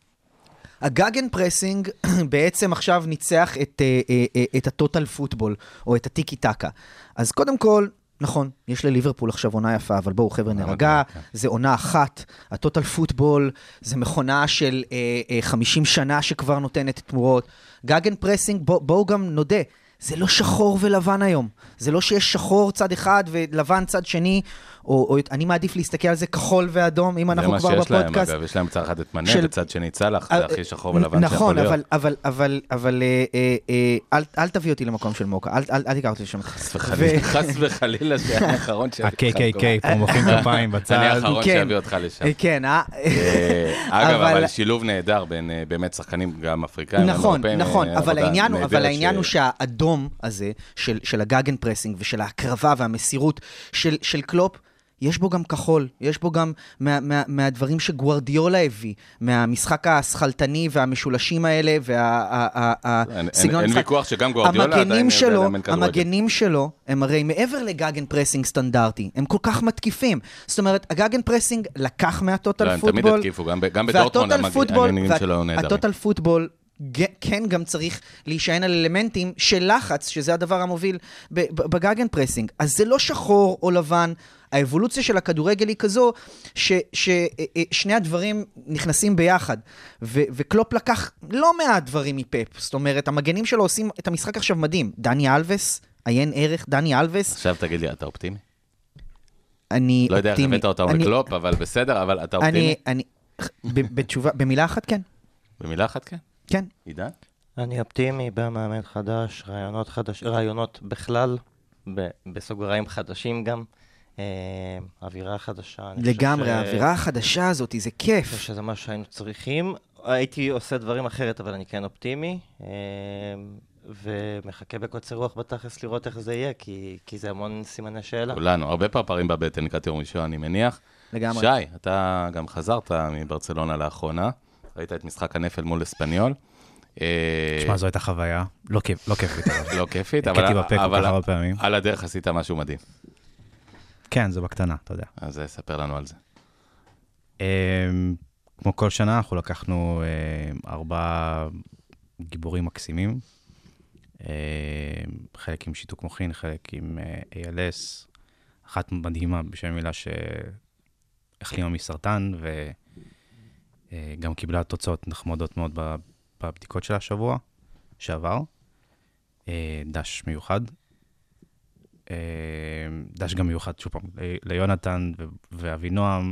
הגאגן פרסינג בעצם עכשיו ניצח את, את הטוטל פוטבול, או את הטיקי טקה. אז קודם כל, נכון, יש לליברפול עכשיו עונה יפה, אבל בואו חבר'ה נרגע, זה עונה אחת, הטוטל פוטבול, זה מכונה של חמישים שנה שכבר נותנת תמורות. גאגן פרסינג, בוא, בואו גם נודה, זה לא שחור ולבן היום. זה לא שיש שחור צד אחד ולבן צד שני, או, או אני מעדיף להסתכל על זה כחול ואדום, אם אנחנו כבר בפודקאסט.
זה מה שיש להם, אגב, יש להם צד אחד את מנה, וצד שני צלח, זה הכי שחור ולבן שיכול להיות.
נכון, אבל, אבל, אבל, אל, אל תביא אותי למקום של מוקה, אל, אל, אל תיקח אותי לשם.
חס וחלילה, חס וחלילה, זה האחרון שהביא אותך.
ה-קיי קיי קיי, פה מוחאים כפיים בצד.
אני האחרון שהביא אותך לשם.
כן, אה?
אגב, אבל שילוב נהדר בין באמת שחקנים גם אפריקאים.
נכון, נכון, אבל העניין הוא שהאדום הזה, של הגאגן פרסינג ושל ההקרבה והמסירות של קלופ, יש בו גם כחול, יש בו גם מה, מה, מהדברים שגוארדיולה הביא, מהמשחק הסחלטני והמשולשים האלה, והסגנון...
אין ויכוח שגם גוארדיולה
עדיין יודע לאמן כדורגל. המגנים שלו הם הרי מעבר לגאגן פרסינג סטנדרטי, הם כל כך מתקיפים. זאת אומרת, הגאגן פרסינג לקח מהטוטל פוטבול,
הם תמיד התקיפו, גם בדורטמונד המגנים שלו נהדרים.
והטוטל פוטבול כן גם צריך להישען על אלמנטים של לחץ, שזה הדבר המוביל בגאגן פרסינג. אז זה לא שחור או לבן, האבולוציה של הכדורגל היא כזו, ששני הדברים נכנסים ביחד, וקלופ לקח לא מעט דברים מפפ, זאת אומרת, המגנים שלו עושים את המשחק עכשיו מדהים, דני אלווס, עיין ערך, דני אלווס.
עכשיו תגיד לי, אתה אופטימי?
אני
אופטימי. לא יודע איך הבאת אותה מקלופ, אבל בסדר, אבל אתה אופטימי?
אני, בתשובה, במילה אחת כן.
במילה אחת כן?
כן.
עידן?
אני אופטימי, בא מאמן חדש, רעיונות חדש, רעיונות בכלל, ב- בסוגריים חדשים גם, אה, אווירה חדשה.
לגמרי, האווירה ש... החדשה הזאת, זה כיף.
אני חושב שזה מה שהיינו צריכים. הייתי עושה דברים אחרת, אבל אני כן אופטימי, אה, ומחכה בקוצר רוח בתכלס לראות איך זה יהיה, כי, כי זה המון סימני שאלה.
כולנו, הרבה פרפרים בבטן לקראת יום ראשון, אני מניח.
לגמרי.
שי, אתה גם חזרת מברצלונה לאחרונה. ראית את משחק הנפל מול אספניול.
תשמע, זו הייתה חוויה. לא כיפית.
לא כיפית, אבל על הדרך עשית משהו מדהים.
כן, זה בקטנה, אתה יודע.
אז ספר לנו על זה.
כמו כל שנה, אנחנו לקחנו ארבעה גיבורים מקסימים. חלק עם שיתוק מוחין, חלק עם איי אל אס. אחת מדהימה בשם מילה שהחלימה מסרטן, ו... גם קיבלה תוצאות נחמדות מאוד בבדיקות של השבוע שעבר. דש מיוחד. דש גם מיוחד, שוב פעם, ליונתן ואבינועם,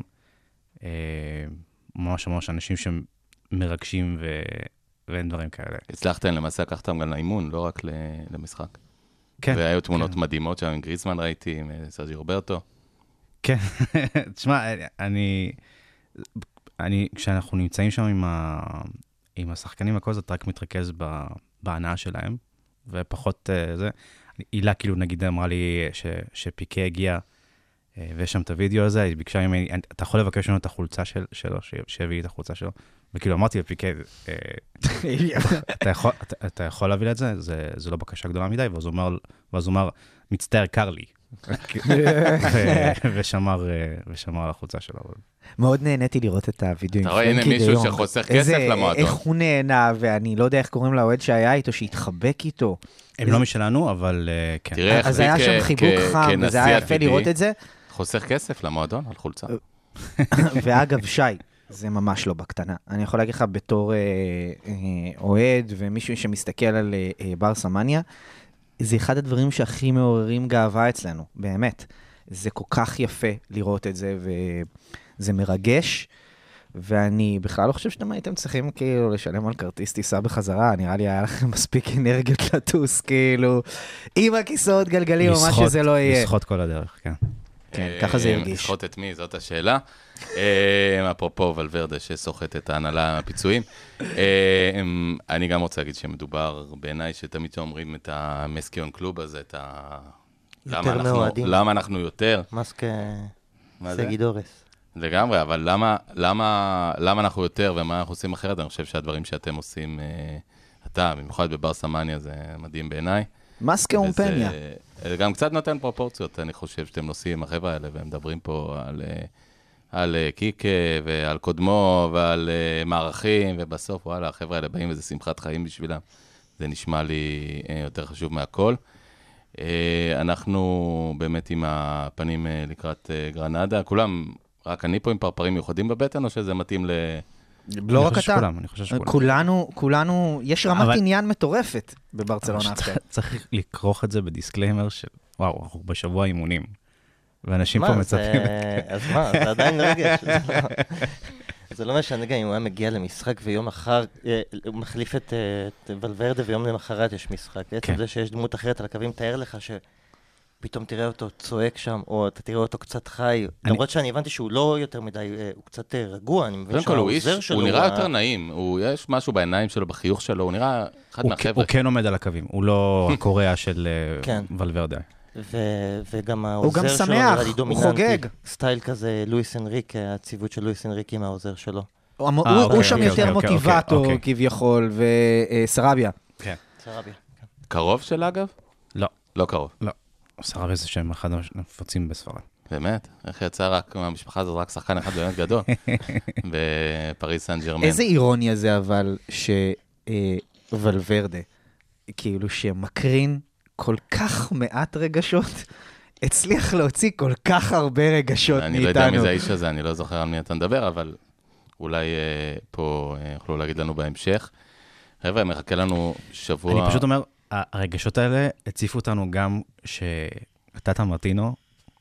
ממש ממש אנשים שמרגשים ואין דברים כאלה.
הצלחתם למעשה לקחתם גם לאימון, לא רק למשחק.
כן.
והיו תמונות מדהימות שם עם גריזמן ראיתי, עם סרג'י רוברטו.
כן, תשמע, אני... אני, כשאנחנו נמצאים שם עם, ה, עם השחקנים, הכל זאת רק מתרכז ב, בהנאה שלהם, ופחות uh, זה. אילה כאילו נגיד אמרה לי ש, שפיקה הגיע, uh, ויש שם את הוידאו הזה, היא ביקשה ממני, אתה יכול לבקש לנו את החולצה של, שלו, שיביא את החולצה שלו, וכאילו אמרתי לפיקה, uh, אתה, יכול, אתה, אתה יכול להביא את זה? זה, זה לא בקשה גדולה מדי, ואז הוא אומר, ואז הוא אומר מצטער, קר לי. ושמר על החולצה שלו.
מאוד נהניתי לראות את הוידאו.
אתה רואה, הנה מישהו שחוסך כסף למועדון.
איך הוא נהנה, ואני לא יודע איך קוראים לאוהד שהיה איתו, שהתחבק איתו.
הם לא משלנו, אבל כן.
אז היה שם חיבוק חם, וזה היה יפה לראות את זה.
חוסך כסף למועדון על חולצה.
ואגב, שי, זה ממש לא בקטנה. אני יכול להגיד לך בתור אוהד, ומישהו שמסתכל על ברסה מניה, זה אחד הדברים שהכי מעוררים גאווה אצלנו, באמת. זה כל כך יפה לראות את זה, וזה מרגש, ואני בכלל לא חושב שאתם הייתם צריכים כאילו לשלם על כרטיס טיסה בחזרה, נראה לי היה לכם מספיק אנרגיות לטוס, כאילו, עם הכיסאות גלגלים או מה שזה לא יהיה.
לשחות כל הדרך, כן.
כן, ככה זה ירגיש.
לשחות את מי? זאת השאלה. אפרופו ולוורדה שסוחט את ההנהלה הפיצויים. אני גם רוצה להגיד שמדובר בעיניי שתמיד שאומרים את המסקיון קלוב הזה, את ה...
יותר מאוהדים.
למה אנחנו יותר?
מסק סגידורס.
לגמרי, אבל למה, למה, למה אנחנו יותר ומה אנחנו עושים אחרת? אני חושב שהדברים שאתם עושים, אתה, במיוחד בברסה מניה, זה מדהים בעיניי.
מסקה אומפניה.
זה גם קצת נותן פרופורציות, אני חושב שאתם נוסעים החבר'ה האלה, והם מדברים פה על, על קיקה ועל קודמו ועל מערכים, ובסוף, וואלה, החבר'ה האלה באים וזה שמחת חיים בשבילם. זה נשמע לי יותר חשוב מהכל. אנחנו באמת עם הפנים לקראת גרנדה, כולם, רק אני פה עם פרפרים מיוחדים בבטן, או שזה מתאים ל...
לא רק אתה, כולנו, כולנו, יש רמת עניין מטורפת בברצלונה עכשיו.
צריך לקרוח את זה בדיסקליימר של, וואו, אנחנו בשבוע אימונים, ואנשים פה מצפים.
אז מה, זה עדיין רגש. זה לא משנה גם אם הוא היה מגיע למשחק ויום אחר, הוא מחליף את ולוורדה ויום למחרת יש משחק. בעצם זה שיש דמות אחרת על הקווים, תאר לך ש... פתאום תראה אותו צועק שם, או אתה תראה אותו קצת חי. למרות שאני הבנתי שהוא לא יותר מדי, הוא קצת רגוע, אני מבין שהעוזר שלו...
הוא נראה יותר נעים, יש משהו בעיניים שלו, בחיוך שלו, הוא נראה אחד מהחבר'ה.
הוא כן עומד על הקווים, הוא לא הקוריאה של ולוורדה.
וגם העוזר שלו נראה לי דומיננטי.
הוא חוגג.
סטייל כזה, לואיס אנריק, הציוות של לואיס אנריק עם העוזר שלו.
הוא שם יותר מוטיבטור כביכול, וסרביה.
כן.
סרביה.
קרוב של אגב?
לא.
לא קרוב.
לא. סרביה זה שם אחד הנפוצים בספרד.
באמת? איך יצא רק מהמשפחה הזאת, רק שחקן אחד באמת גדול? בפריז סן ג'רמן.
איזה אירוניה זה אבל, שוולברדה, כאילו שמקרין כל כך מעט רגשות, הצליח להוציא כל כך הרבה רגשות מאיתנו.
אני לא יודע מי זה האיש הזה, אני לא זוכר על מי אתה מדבר, אבל אולי פה יוכלו להגיד לנו בהמשך. חבר'ה, מחכה לנו שבוע...
אני פשוט אומר, הרגשות האלה הציפו אותנו גם שטאטה מרטינו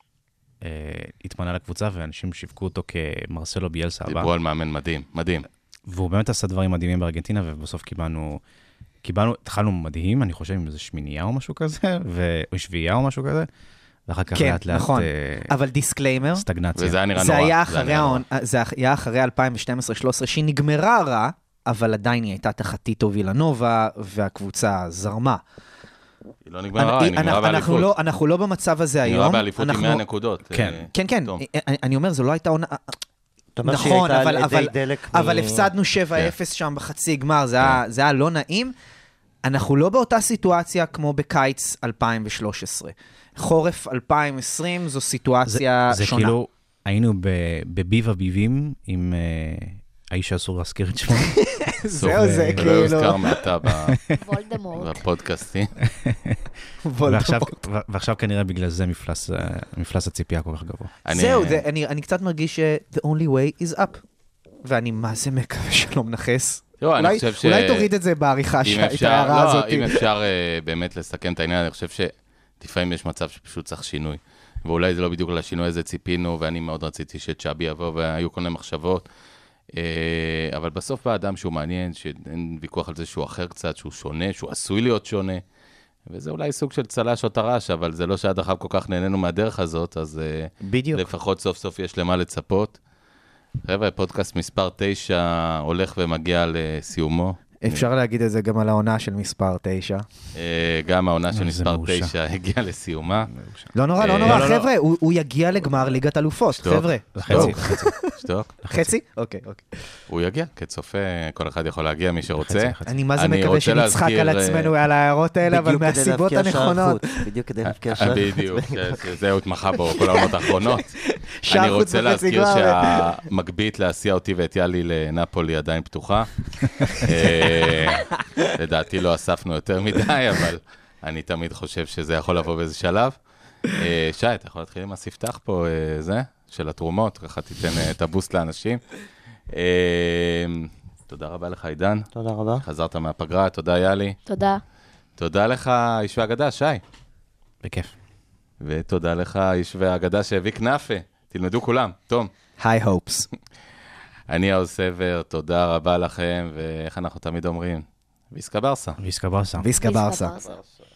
התמנה לקבוצה, ואנשים שיווקו אותו כמרסלו ביאלסה הבא.
דיברו על מאמן מדהים, מדהים.
והוא באמת עשה דברים מדהימים בארגנטינה, ובסוף קיבלנו, קיבלנו, התחלנו מדהים, אני חושב עם איזה שמינייה או משהו כזה, או שביעייה או משהו כזה, ואחר כך
כן,
לאט לאט
נכון. אבל דיסקליימר,
סטגנציה.
וזה היה נראה
זה
נורא.
היה אחרי, העון, זה היה אחרי אלפיים ושתים עשרה שלוש עשרה, שהיא נגמרה רע, אבל עדיין היא הייתה תחת טיטו וילנובה, והקבוצה זרמה.
היא לא נגמרה רע, היא נגמרה באליפות.
לא, אנחנו לא במצב הזה היום.
נגמרה באליפות עם מאה נקודות.
כן,
כן, כן. אני אומר, זו לא הייתה עונה...
נכון, אבל, אבל,
אבל הפסדנו שבע אפס שם בחצי גמר, זה היה, זה היה לא נעים. אנחנו לא באותה סיטואציה כמו בקיץ אלפיים ושלוש עשרה. חורף אלפיים ועשרים זו סיטואציה
זה, זה
שונה.
זה כאילו, היינו בביב הביבים עם uh, האיש שאסור להזכיר את שמו.
זהו, זה כאילו...
לא יוזכר מעתה
וולדמורט.
בפודקאסטים.
ועכשיו, ועכשיו כנראה בגלל זה מפלס, מפלס הציפייה כל כך גבוה.
זהו, זה, אני, אני קצת מרגיש ש- the only way is up. ואני מה זה מקווה שלא מנחס.
לא, אני
אולי,
חושב ש...
אולי תוריד את זה בעריכה,
אם
ש- את
אפשר,
ההערה
לא,
הזאת.
אם אפשר uh, באמת לסכם את העניין, אני חושב שלפעמים יש מצב שפשוט צריך שינוי. ואולי זה לא בדיוק לשינוי הזה ציפינו, ואני מאוד רציתי שצ'אבי יבוא, והיו כל מיני מחשבות. Uh, אבל בסוף באדם שהוא מעניין, שאין ויכוח על זה שהוא אחר קצת, שהוא שונה, שהוא עשוי להיות שונה. וזה אולי סוג של צלש או טרש, אבל זה לא שעד אחר כל כך נהנינו מהדרך הזאת, אז
בדיוק.
לפחות סוף סוף יש למה לצפות. חבר'ה, פודקאסט מספר תשע הולך ומגיע לסיומו.
אפשר להגיד את זה גם על העונה של מספר תשע.
גם העונה של מספר תשע הגיעה לסיומה.
לא נורא, לא נורא, חבר'ה, הוא יגיע לגמר ליגת אלופות, חבר'ה.
חצי, שתוק.
חצי? אוקיי, אוקיי.
הוא יגיע, כצופה, כל אחד יכול להגיע, מי שרוצה.
אני מה זה מקווה שנצחק על עצמנו על ההערות האלה, אבל מהסיבות הנכונות.
בדיוק כדי להפקיע שער.
בדיוק, זהו התמחה בו כל העונות האחרונות. אני רוצה להזכיר שהמגבית להסיע אותי ואת יאלי לנפולי עדיין פתוחה. לדעתי לא אספנו יותר מדי, אבל אני תמיד חושב שזה יכול לבוא באיזה שלב. שי, אתה יכול להתחיל עם הספתח פה, זה, של התרומות, ככה תיתן את הבוסט לאנשים. תודה רבה לך, עידן.
תודה רבה.
חזרת מהפגרה, תודה יאלי.
תודה.
תודה לך, איש והאגדה, שי.
בכיף.
ותודה לך, איש והאגדה שהביא כנאפה. תלמדו כולם, תום.
היי הופס.
אני האוז סבר, תודה רבה לכם, ואיך אנחנו תמיד אומרים? ויסקה ברסה.
ויסקה ברסה.
ויסקה ברסה.